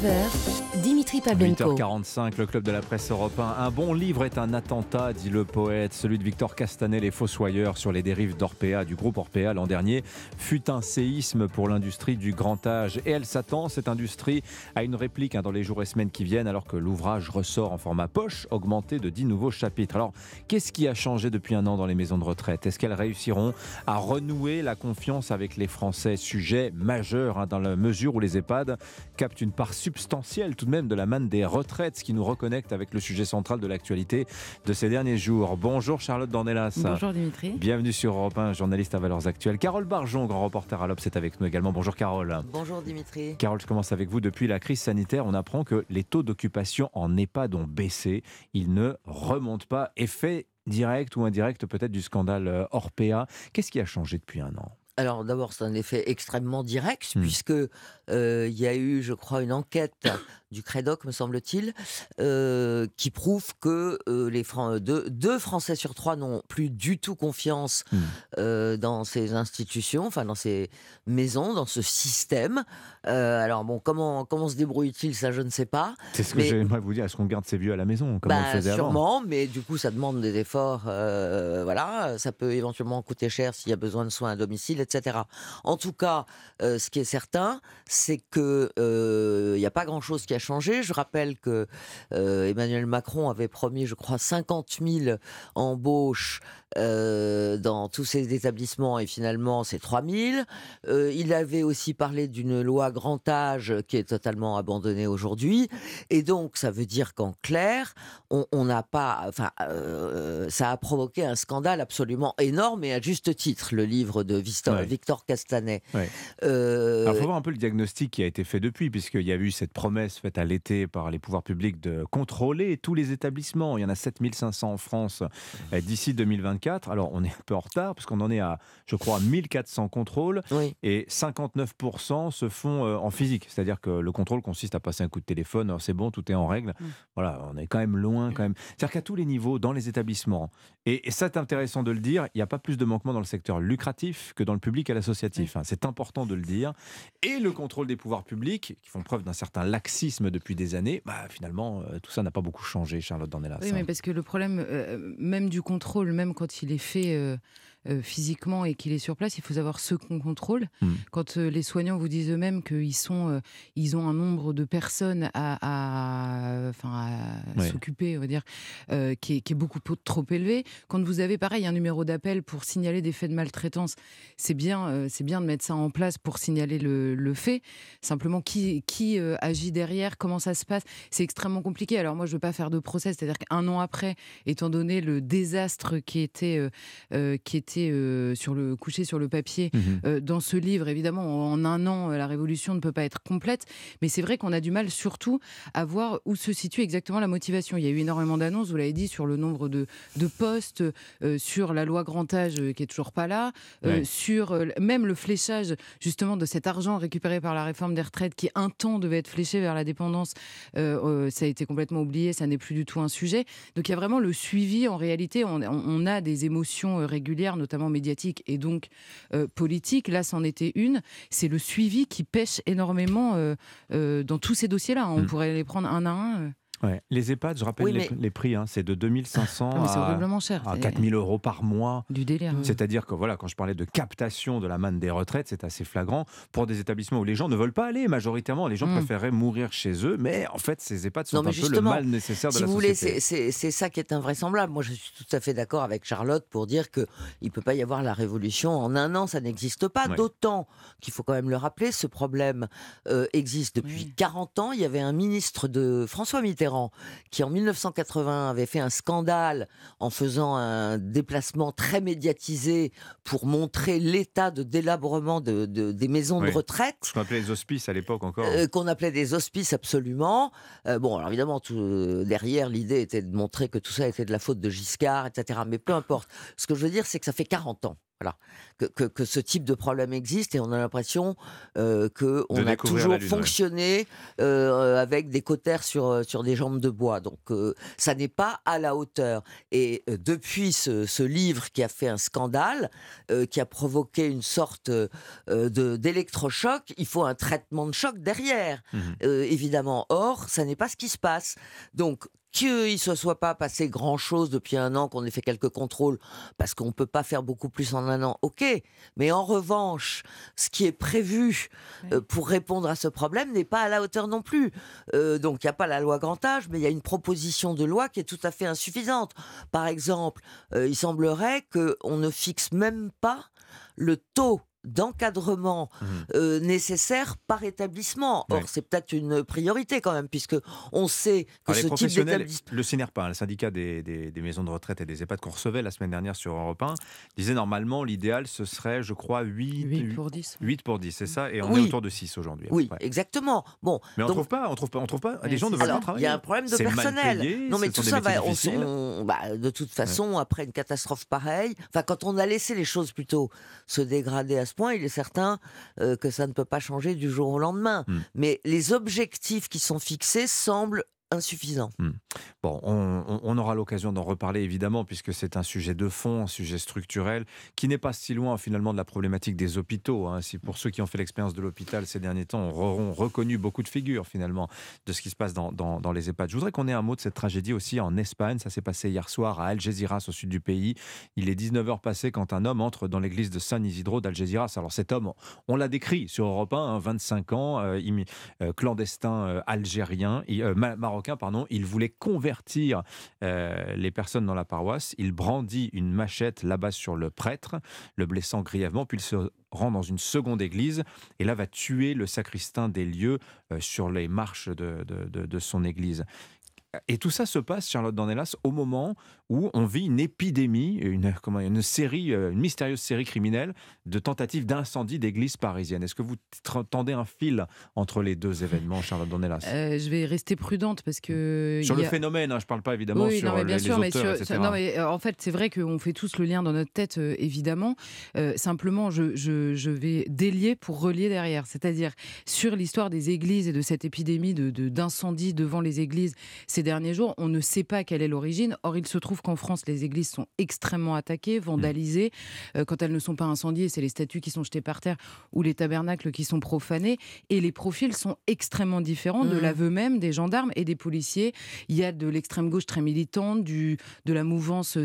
9h, Dimitri Pavlenko. 8h45, le Club de la Presse Europe 1. Un bon livre est un attentat, dit le poète. Celui de Victor Castanet, Les Fossoyeurs, sur les dérives d'Orpea, du groupe Orpea l'an dernier, fut un séisme pour l'industrie du grand âge. Et elle s'attend, cette industrie, à une réplique dans les jours et semaines qui viennent, alors que l'ouvrage ressort en format poche, augmenté de 10 nouveaux chapitres. Alors, qu'est-ce qui a changé depuis un an dans les maisons de retraite ? Est-ce qu'elles réussiront à renouer la confiance avec les Français ? Sujet majeur dans la mesure où les EHPAD capte une part substantielle tout de même de la manne des retraites, ce qui nous reconnecte avec le sujet central de l'actualité de ces derniers jours. Bonjour Charlotte Dornelas. Bonjour Dimitri. Bienvenue sur Europe 1, journaliste à Valeurs Actuelles. Carole Barjon, grand reporter à l'Obs, est avec nous également. Bonjour Carole. Bonjour Dimitri. Carole, je commence avec vous. Depuis la crise sanitaire, on apprend que les taux d'occupation en EHPAD ont baissé. Ils ne remontent pas. Effet direct ou indirect peut-être du scandale Orpea. Qu'est-ce qui a changé depuis un an ? Alors d'abord, c'est un effet extrêmement direct, puisque il y a eu, je crois, une enquête du Crédoc, me semble-t-il, qui prouve que deux Français sur 3 n'ont plus du tout confiance dans ces institutions, enfin dans ces maisons, dans ce système. Alors bon, comment se débrouille-t-il, ça je ne sais pas. C'est ce que j'aimerais vous dire, est-ce qu'on garde ces vieux à la maison comme on le faisait avant ? Sûrement, mais du coup ça demande des efforts, voilà, ça peut éventuellement coûter cher s'il y a besoin de soins à domicile, etc. En tout cas, ce qui est certain, c'est qu'il n'y a pas grand-chose qui a changé. Je rappelle que Emmanuel Macron avait promis, je crois, 50 000 embauches dans tous ces établissements et finalement c'est 3 000. Il avait aussi parlé d'une loi grand âge qui est totalement abandonnée aujourd'hui. Et donc ça veut dire qu'en clair, on n'a pas... Enfin, ça a provoqué un scandale absolument énorme et à juste titre, le livre de Victor Castanet. Ouais. Alors, il faut voir un peu le diagnostic qui a été fait depuis, puisqu'il y a eu cette promesse faite à l'été par les pouvoirs publics de contrôler tous les établissements. Il y en a 7500 en France d'ici 2024. Alors, on est un peu en retard, parce qu'on en est à, je crois, 1400 contrôles, et 59% se font en physique. C'est-à-dire que le contrôle consiste à passer un coup de téléphone, alors c'est bon, tout est en règle. Voilà, on est quand même loin, quand même. C'est-à-dire qu'à tous les niveaux, dans les établissements, et ça c'est intéressant de le dire, il n'y a pas plus de manquements dans le secteur lucratif que dans le public et l'associatif. C'est important de le dire. Et le contrôle des pouvoirs publics, qui font preuve d'un certain laxisme depuis des années, finalement, tout ça n'a pas beaucoup changé, Charlotte Dornelas. Oui, mais parce que le problème, même du contrôle, même quand il est fait physiquement et qu'il est sur place, il faut savoir ce qu'on contrôle. Quand les soignants vous disent eux-mêmes qu'ils ont un nombre de personnes à s'occuper, on va dire, qui est beaucoup trop élevé. Quand vous avez, pareil, un numéro d'appel pour signaler des faits de maltraitance, c'est bien de mettre ça en place pour signaler le fait. Simplement, qui agit derrière, comment ça se passe, c'est extrêmement compliqué. Alors moi, je veux pas faire de procès, c'est-à-dire qu'un an après, étant donné le désastre qui était couché sur le papier dans ce livre, évidemment, en un an, la révolution ne peut pas être complète, mais c'est vrai qu'on a du mal surtout à voir où se situe exactement la motivation. Il y a eu énormément d'annonces, vous l'avez dit, sur le nombre de postes, sur la loi grand âge qui est toujours pas là, sur même le fléchage justement de cet argent récupéré par la réforme des retraites qui un temps devait être fléché vers la dépendance, ça a été complètement oublié, ça n'est plus du tout un sujet. Donc il y a vraiment le suivi, en réalité, on a des émotions régulières, notamment médiatiques et donc politiques. Là, c'en était une. C'est le suivi qui pêche énormément dans tous ces dossiers-là. On pourrait les prendre un à un. Ouais. Les EHPAD, je rappelle les prix, c'est de 2500 c'est horriblement cher. à 4000 euros par mois. Du délire. C'est-à-dire que quand je parlais de captation de la manne des retraites, c'est assez flagrant pour des établissements où les gens ne veulent pas aller majoritairement. Les gens préféreraient mourir chez eux, mais en fait, ces EHPAD sont un peu le mal nécessaire de la société. Si vous voulez, c'est ça qui est invraisemblable. Moi, je suis tout à fait d'accord avec Charlotte pour dire qu'il ne peut pas y avoir la révolution en un an, ça n'existe pas. Ouais. D'autant qu'il faut quand même le rappeler, ce problème existe depuis 40 ans. Il y avait un ministre de François Mitterrand qui en 1980 avait fait un scandale en faisant un déplacement très médiatisé pour montrer l'état de délabrement des maisons de retraite. Ce qu'on appelait les hospices à l'époque encore. Qu'on appelait des hospices, absolument. Alors évidemment, derrière, l'idée était de montrer que tout ça était de la faute de Giscard, etc. Mais peu importe. Ce que je veux dire, c'est que ça fait 40 ans. Voilà. Que ce type de problème existe et on a l'impression qu'on a toujours fonctionné avec des cautères sur des jambes de bois. Donc ça n'est pas à la hauteur. Et depuis ce livre qui a fait un scandale, qui a provoqué une sorte d'électrochoc, il faut un traitement de choc derrière, évidemment. Or, ça n'est pas ce qui se passe. Donc, qu'il ne se soit pas passé grand-chose depuis un an, qu'on ait fait quelques contrôles, parce qu'on ne peut pas faire beaucoup plus en un an, ok. Mais en revanche, ce qui est prévu pour répondre à ce problème n'est pas à la hauteur non plus. Donc il n'y a pas la loi grand âge, mais il y a une proposition de loi qui est tout à fait insuffisante. Par exemple, il semblerait qu'on ne fixe même pas le taux d'encadrement nécessaire par établissement. Or, c'est peut-être une priorité quand même, puisque on sait que ce type d'établissement... Le CNRPA, le syndicat des maisons de retraite et des EHPAD qu'on recevait la semaine dernière sur Europe 1, disait normalement l'idéal ce serait, je crois, 8 pour 10. 8 pour 10, c'est ça, et on est autour de 6 aujourd'hui. Oui, exactement. Bon, mais on ne trouve pas, les gens ne veulent pas travailler. Il y a un problème de personnel. Payé, non, mais tout ça va... de toute façon, après une catastrophe pareille, quand on a laissé les choses plutôt se dégrader à ce point, il est certain que ça ne peut pas changer du jour au lendemain. Mais les objectifs qui sont fixés semblent insuffisant. Bon, on aura l'occasion d'en reparler évidemment, puisque c'est un sujet de fond, un sujet structurel, qui n'est pas si loin finalement de la problématique des hôpitaux. Si pour ceux qui ont fait l'expérience de l'hôpital ces derniers temps, auront reconnu beaucoup de figures finalement de ce qui se passe dans les EHPAD. Je voudrais qu'on ait un mot de cette tragédie aussi en Espagne. Ça s'est passé hier soir à Algeciras, au sud du pays. Il est 19h passé quand un homme entre dans l'église de San Isidro d'Algeciras. Alors cet homme, on l'a décrit sur Europe 1, 25 ans, clandestin algérien, marocain, il voulait convertir les personnes dans la paroisse. Il brandit une machette là-bas sur le prêtre, le blessant grièvement, puis il se rend dans une seconde église et là va tuer le sacristain des lieux sur les marches de son église. Et tout ça se passe, Charlotte Dornelas, au moment où on vit une épidémie, une mystérieuse série criminelle de tentatives d'incendie d'églises parisiennes. Est-ce que vous tendez un fil entre les deux événements, Charlotte Dornelas ? Je vais rester prudente parce que... Sur le phénomène, je ne parle pas évidemment sur les auteurs, etc. En fait, c'est vrai qu'on fait tous le lien dans notre tête, évidemment. Simplement, je vais délier pour relier derrière. C'est-à-dire, sur l'histoire des églises et de cette épidémie d'incendie devant les églises, ces derniers jours, on ne sait pas quelle est l'origine. Or, il se trouve qu'en France, les églises sont extrêmement attaquées, vandalisées. Quand elles ne sont pas incendiées, c'est les statues qui sont jetées par terre ou les tabernacles qui sont profanés. Et les profils sont extrêmement différents de l'aveu même des gendarmes et des policiers. Il y a de l'extrême gauche très militante, de la mouvance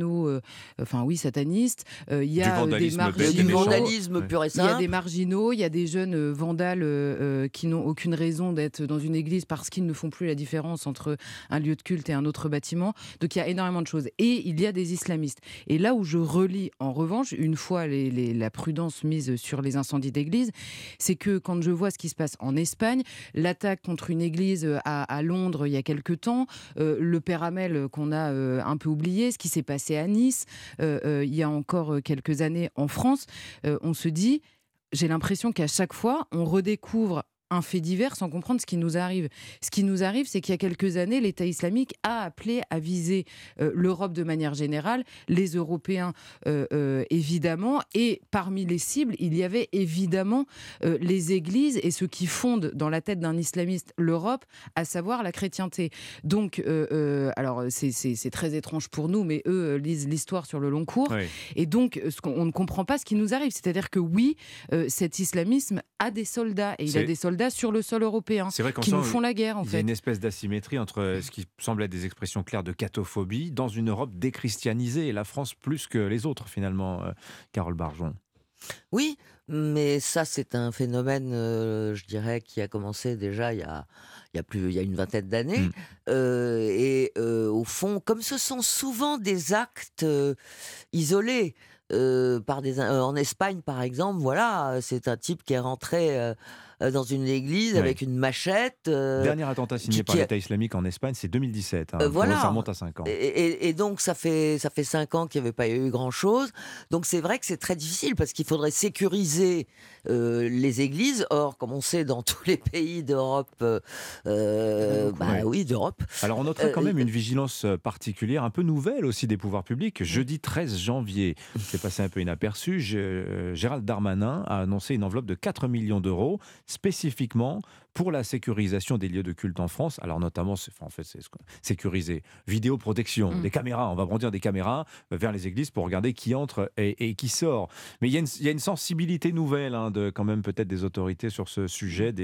sataniste. Il y a du vandalisme pur et simple. Il y a des marginaux, il y a des jeunes vandales qui n'ont aucune raison d'être dans une église parce qu'ils ne font plus la différence entre un lieu de culte et un autre bâtiment. Donc il y a énormément de choses. Et il y a des islamistes. Et là où je relis, en revanche, une fois la prudence mise sur les incendies d'église, c'est que quand je vois ce qui se passe en Espagne, l'attaque contre une église à Londres il y a quelque temps, le père Hamel qu'on a un peu oublié, ce qui s'est passé à Nice il y a encore quelques années en France, on se dit, j'ai l'impression qu'à chaque fois, on redécouvre un fait divers sans comprendre ce qui nous arrive. Ce qui nous arrive, c'est qu'il y a quelques années, l'État islamique a appelé à viser l'Europe de manière générale, les Européens évidemment, et parmi les cibles, il y avait évidemment les églises et ce qui fonde dans la tête d'un islamiste l'Europe, à savoir la chrétienté. Donc, alors c'est très étrange pour nous, mais eux lisent l'histoire sur le long cours, oui. Et donc on ne comprend pas ce qui nous arrive. C'est-à-dire que oui, cet islamisme a des soldats, et il a des soldats sur le sol européen qui nous font la guerre, en fait. Il y a une espèce d'asymétrie entre ce qui semble être des expressions claires de catophobie dans une Europe déchristianisée, et la France plus que les autres, finalement, Carole Barjon. Oui, mais ça, c'est un phénomène, je dirais, qui a commencé déjà il y a une vingtaine d'années. Au fond, comme ce sont souvent des actes isolés, en Espagne, par exemple, voilà, c'est un type qui est rentré dans une église avec une machette. Dernier attentat signé par l'État islamique en Espagne, c'est 2017. Voilà. Ça remonte à 5 ans. Et donc, ça fait 5 ans qu'il n'y avait pas eu grand-chose. Donc, c'est vrai que c'est très difficile parce qu'il faudrait sécuriser les églises. Or, comme on sait, dans tous les pays d'Europe, d'Europe. Alors, on noterait quand même une vigilance particulière, un peu nouvelle aussi des pouvoirs publics. Jeudi 13 janvier, c'est passé un peu inaperçu, Gérald Darmanin a annoncé une enveloppe de 4 millions d'euros spécifiquement pour la sécurisation des lieux de culte en France. Alors notamment, c'est sécuriser, vidéoprotection, des caméras, on va brandir des caméras vers les églises pour regarder qui entre et qui sort. Mais il y a une sensibilité nouvelle quand même peut-être des autorités sur ce sujet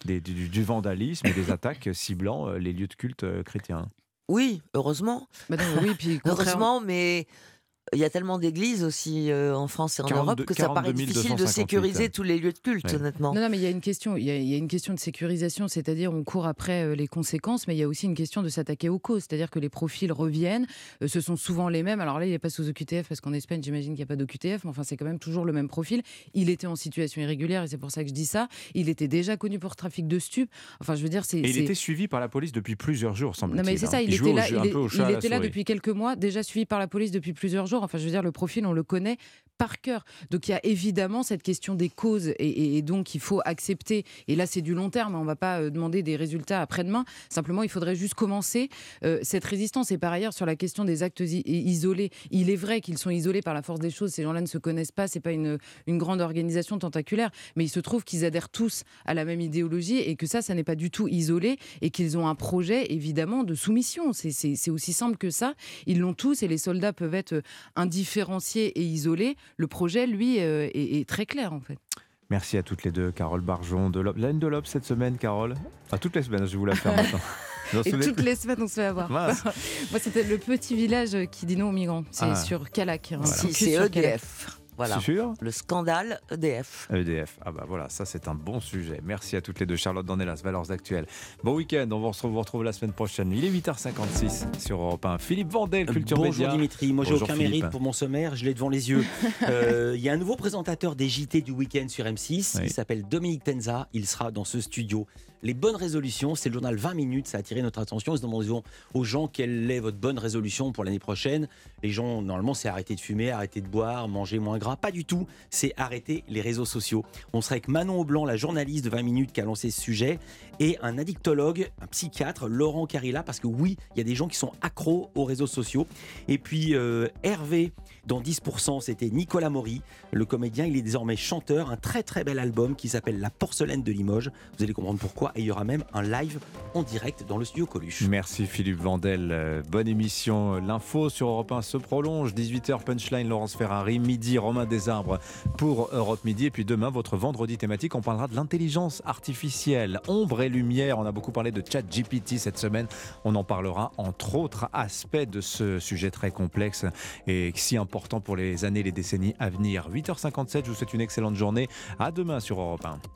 du vandalisme et des attaques ciblant les lieux de culte chrétiens. Oui, heureusement. Heureusement, mais... Il y a tellement d'églises aussi en France et en Europe que ça paraît difficile de sécuriser tous les lieux de culte, honnêtement. Non, mais il y a une question. Il y a une question de sécurisation, c'est-à-dire on court après les conséquences, mais il y a aussi une question de s'attaquer aux causes, c'est-à-dire que les profils reviennent. Ce sont souvent les mêmes. Alors là, il n'est pas sous OQTF parce qu'en Espagne, j'imagine qu'il n'y a pas d'OQTF, mais enfin, c'est quand même toujours le même profil. Il était en situation irrégulière et c'est pour ça que je dis ça. Il était déjà connu pour trafic de stupes. Enfin, je veux dire, il était suivi par la police depuis plusieurs jours, semble-t-il. Non, mais c'est ça. Il était là depuis quelques mois, déjà suivi par la police depuis plusieurs jours. Enfin, je veux dire, le profil, on le connaît par cœur. Donc il y a évidemment cette question des causes et donc il faut accepter, et là c'est du long terme, on ne va pas demander des résultats après-demain, simplement il faudrait juste commencer cette résistance. Et par ailleurs, sur la question des actes isolés, il est vrai qu'ils sont isolés par la force des choses, ces gens-là ne se connaissent pas, c'est pas une grande organisation tentaculaire, mais il se trouve qu'ils adhèrent tous à la même idéologie et que ça n'est pas du tout isolé et qu'ils ont un projet évidemment de soumission, c'est aussi simple que ça, ils l'ont tous, et les soldats peuvent être indifférenciés et isolés. Le projet, lui, est très clair, en fait. Merci à toutes les deux, Carole Barjon de l'Obs. La une de l'Obs cette semaine, Carole. Toutes les semaines, je vais vous la faire maintenant. Et toutes les semaines, on se fait avoir. Moi, c'était le petit village qui dit non aux migrants. C'est sur Calac. Voilà. C'est EDF. Voilà. C'est sûr ? Le scandale EDF. EDF. Ah bah voilà, ça c'est un bon sujet. Merci à toutes les deux. Charlotte Dornelas, Valeurs Actuelles. Bon week-end, on vous retrouve la semaine prochaine. Il est 8h56 sur Europe 1. Philippe Vandel, Culture Média. Bonjour Dimitri, moi j'ai aucun mérite pour mon sommaire, je l'ai devant les yeux. Il y a un nouveau présentateur des JT du week-end sur M6, il s'appelle Dominique Tenza, il sera dans ce studio. Les bonnes résolutions, c'est le journal 20 minutes, ça a attiré notre attention. Nous demandons aux gens quelle est votre bonne résolution pour l'année prochaine. Les gens, normalement, c'est arrêter de fumer, arrêter de boire, manger moins gras. Pas du tout, c'est arrêter les réseaux sociaux. On sera avec Manon Aublanc, la journaliste de 20 minutes qui a lancé ce sujet, et un addictologue, un psychiatre, Laurent Carilla, parce que oui, il y a des gens qui sont accros aux réseaux sociaux. Et puis Hervé, dans 10%, c'était Nicolas Maury, le comédien, il est désormais chanteur, un très très bel album qui s'appelle La Porcelaine de Limoges. Vous allez comprendre pourquoi. Et il y aura même un live en direct dans le studio Coluche. Merci Philippe Vandel. Bonne émission. L'info sur Europe 1 se prolonge. 18h, Punchline, Laurence Ferrari. Midi, Romain Desarbres pour Europe Midi. Et puis demain, votre vendredi thématique, on parlera de l'intelligence artificielle. Ombre et lumière. On a beaucoup parlé de ChatGPT cette semaine. On en parlera entre autres aspects de ce sujet très complexe et si important pour les années et les décennies à venir. 8h57, je vous souhaite une excellente journée. À demain sur Europe 1.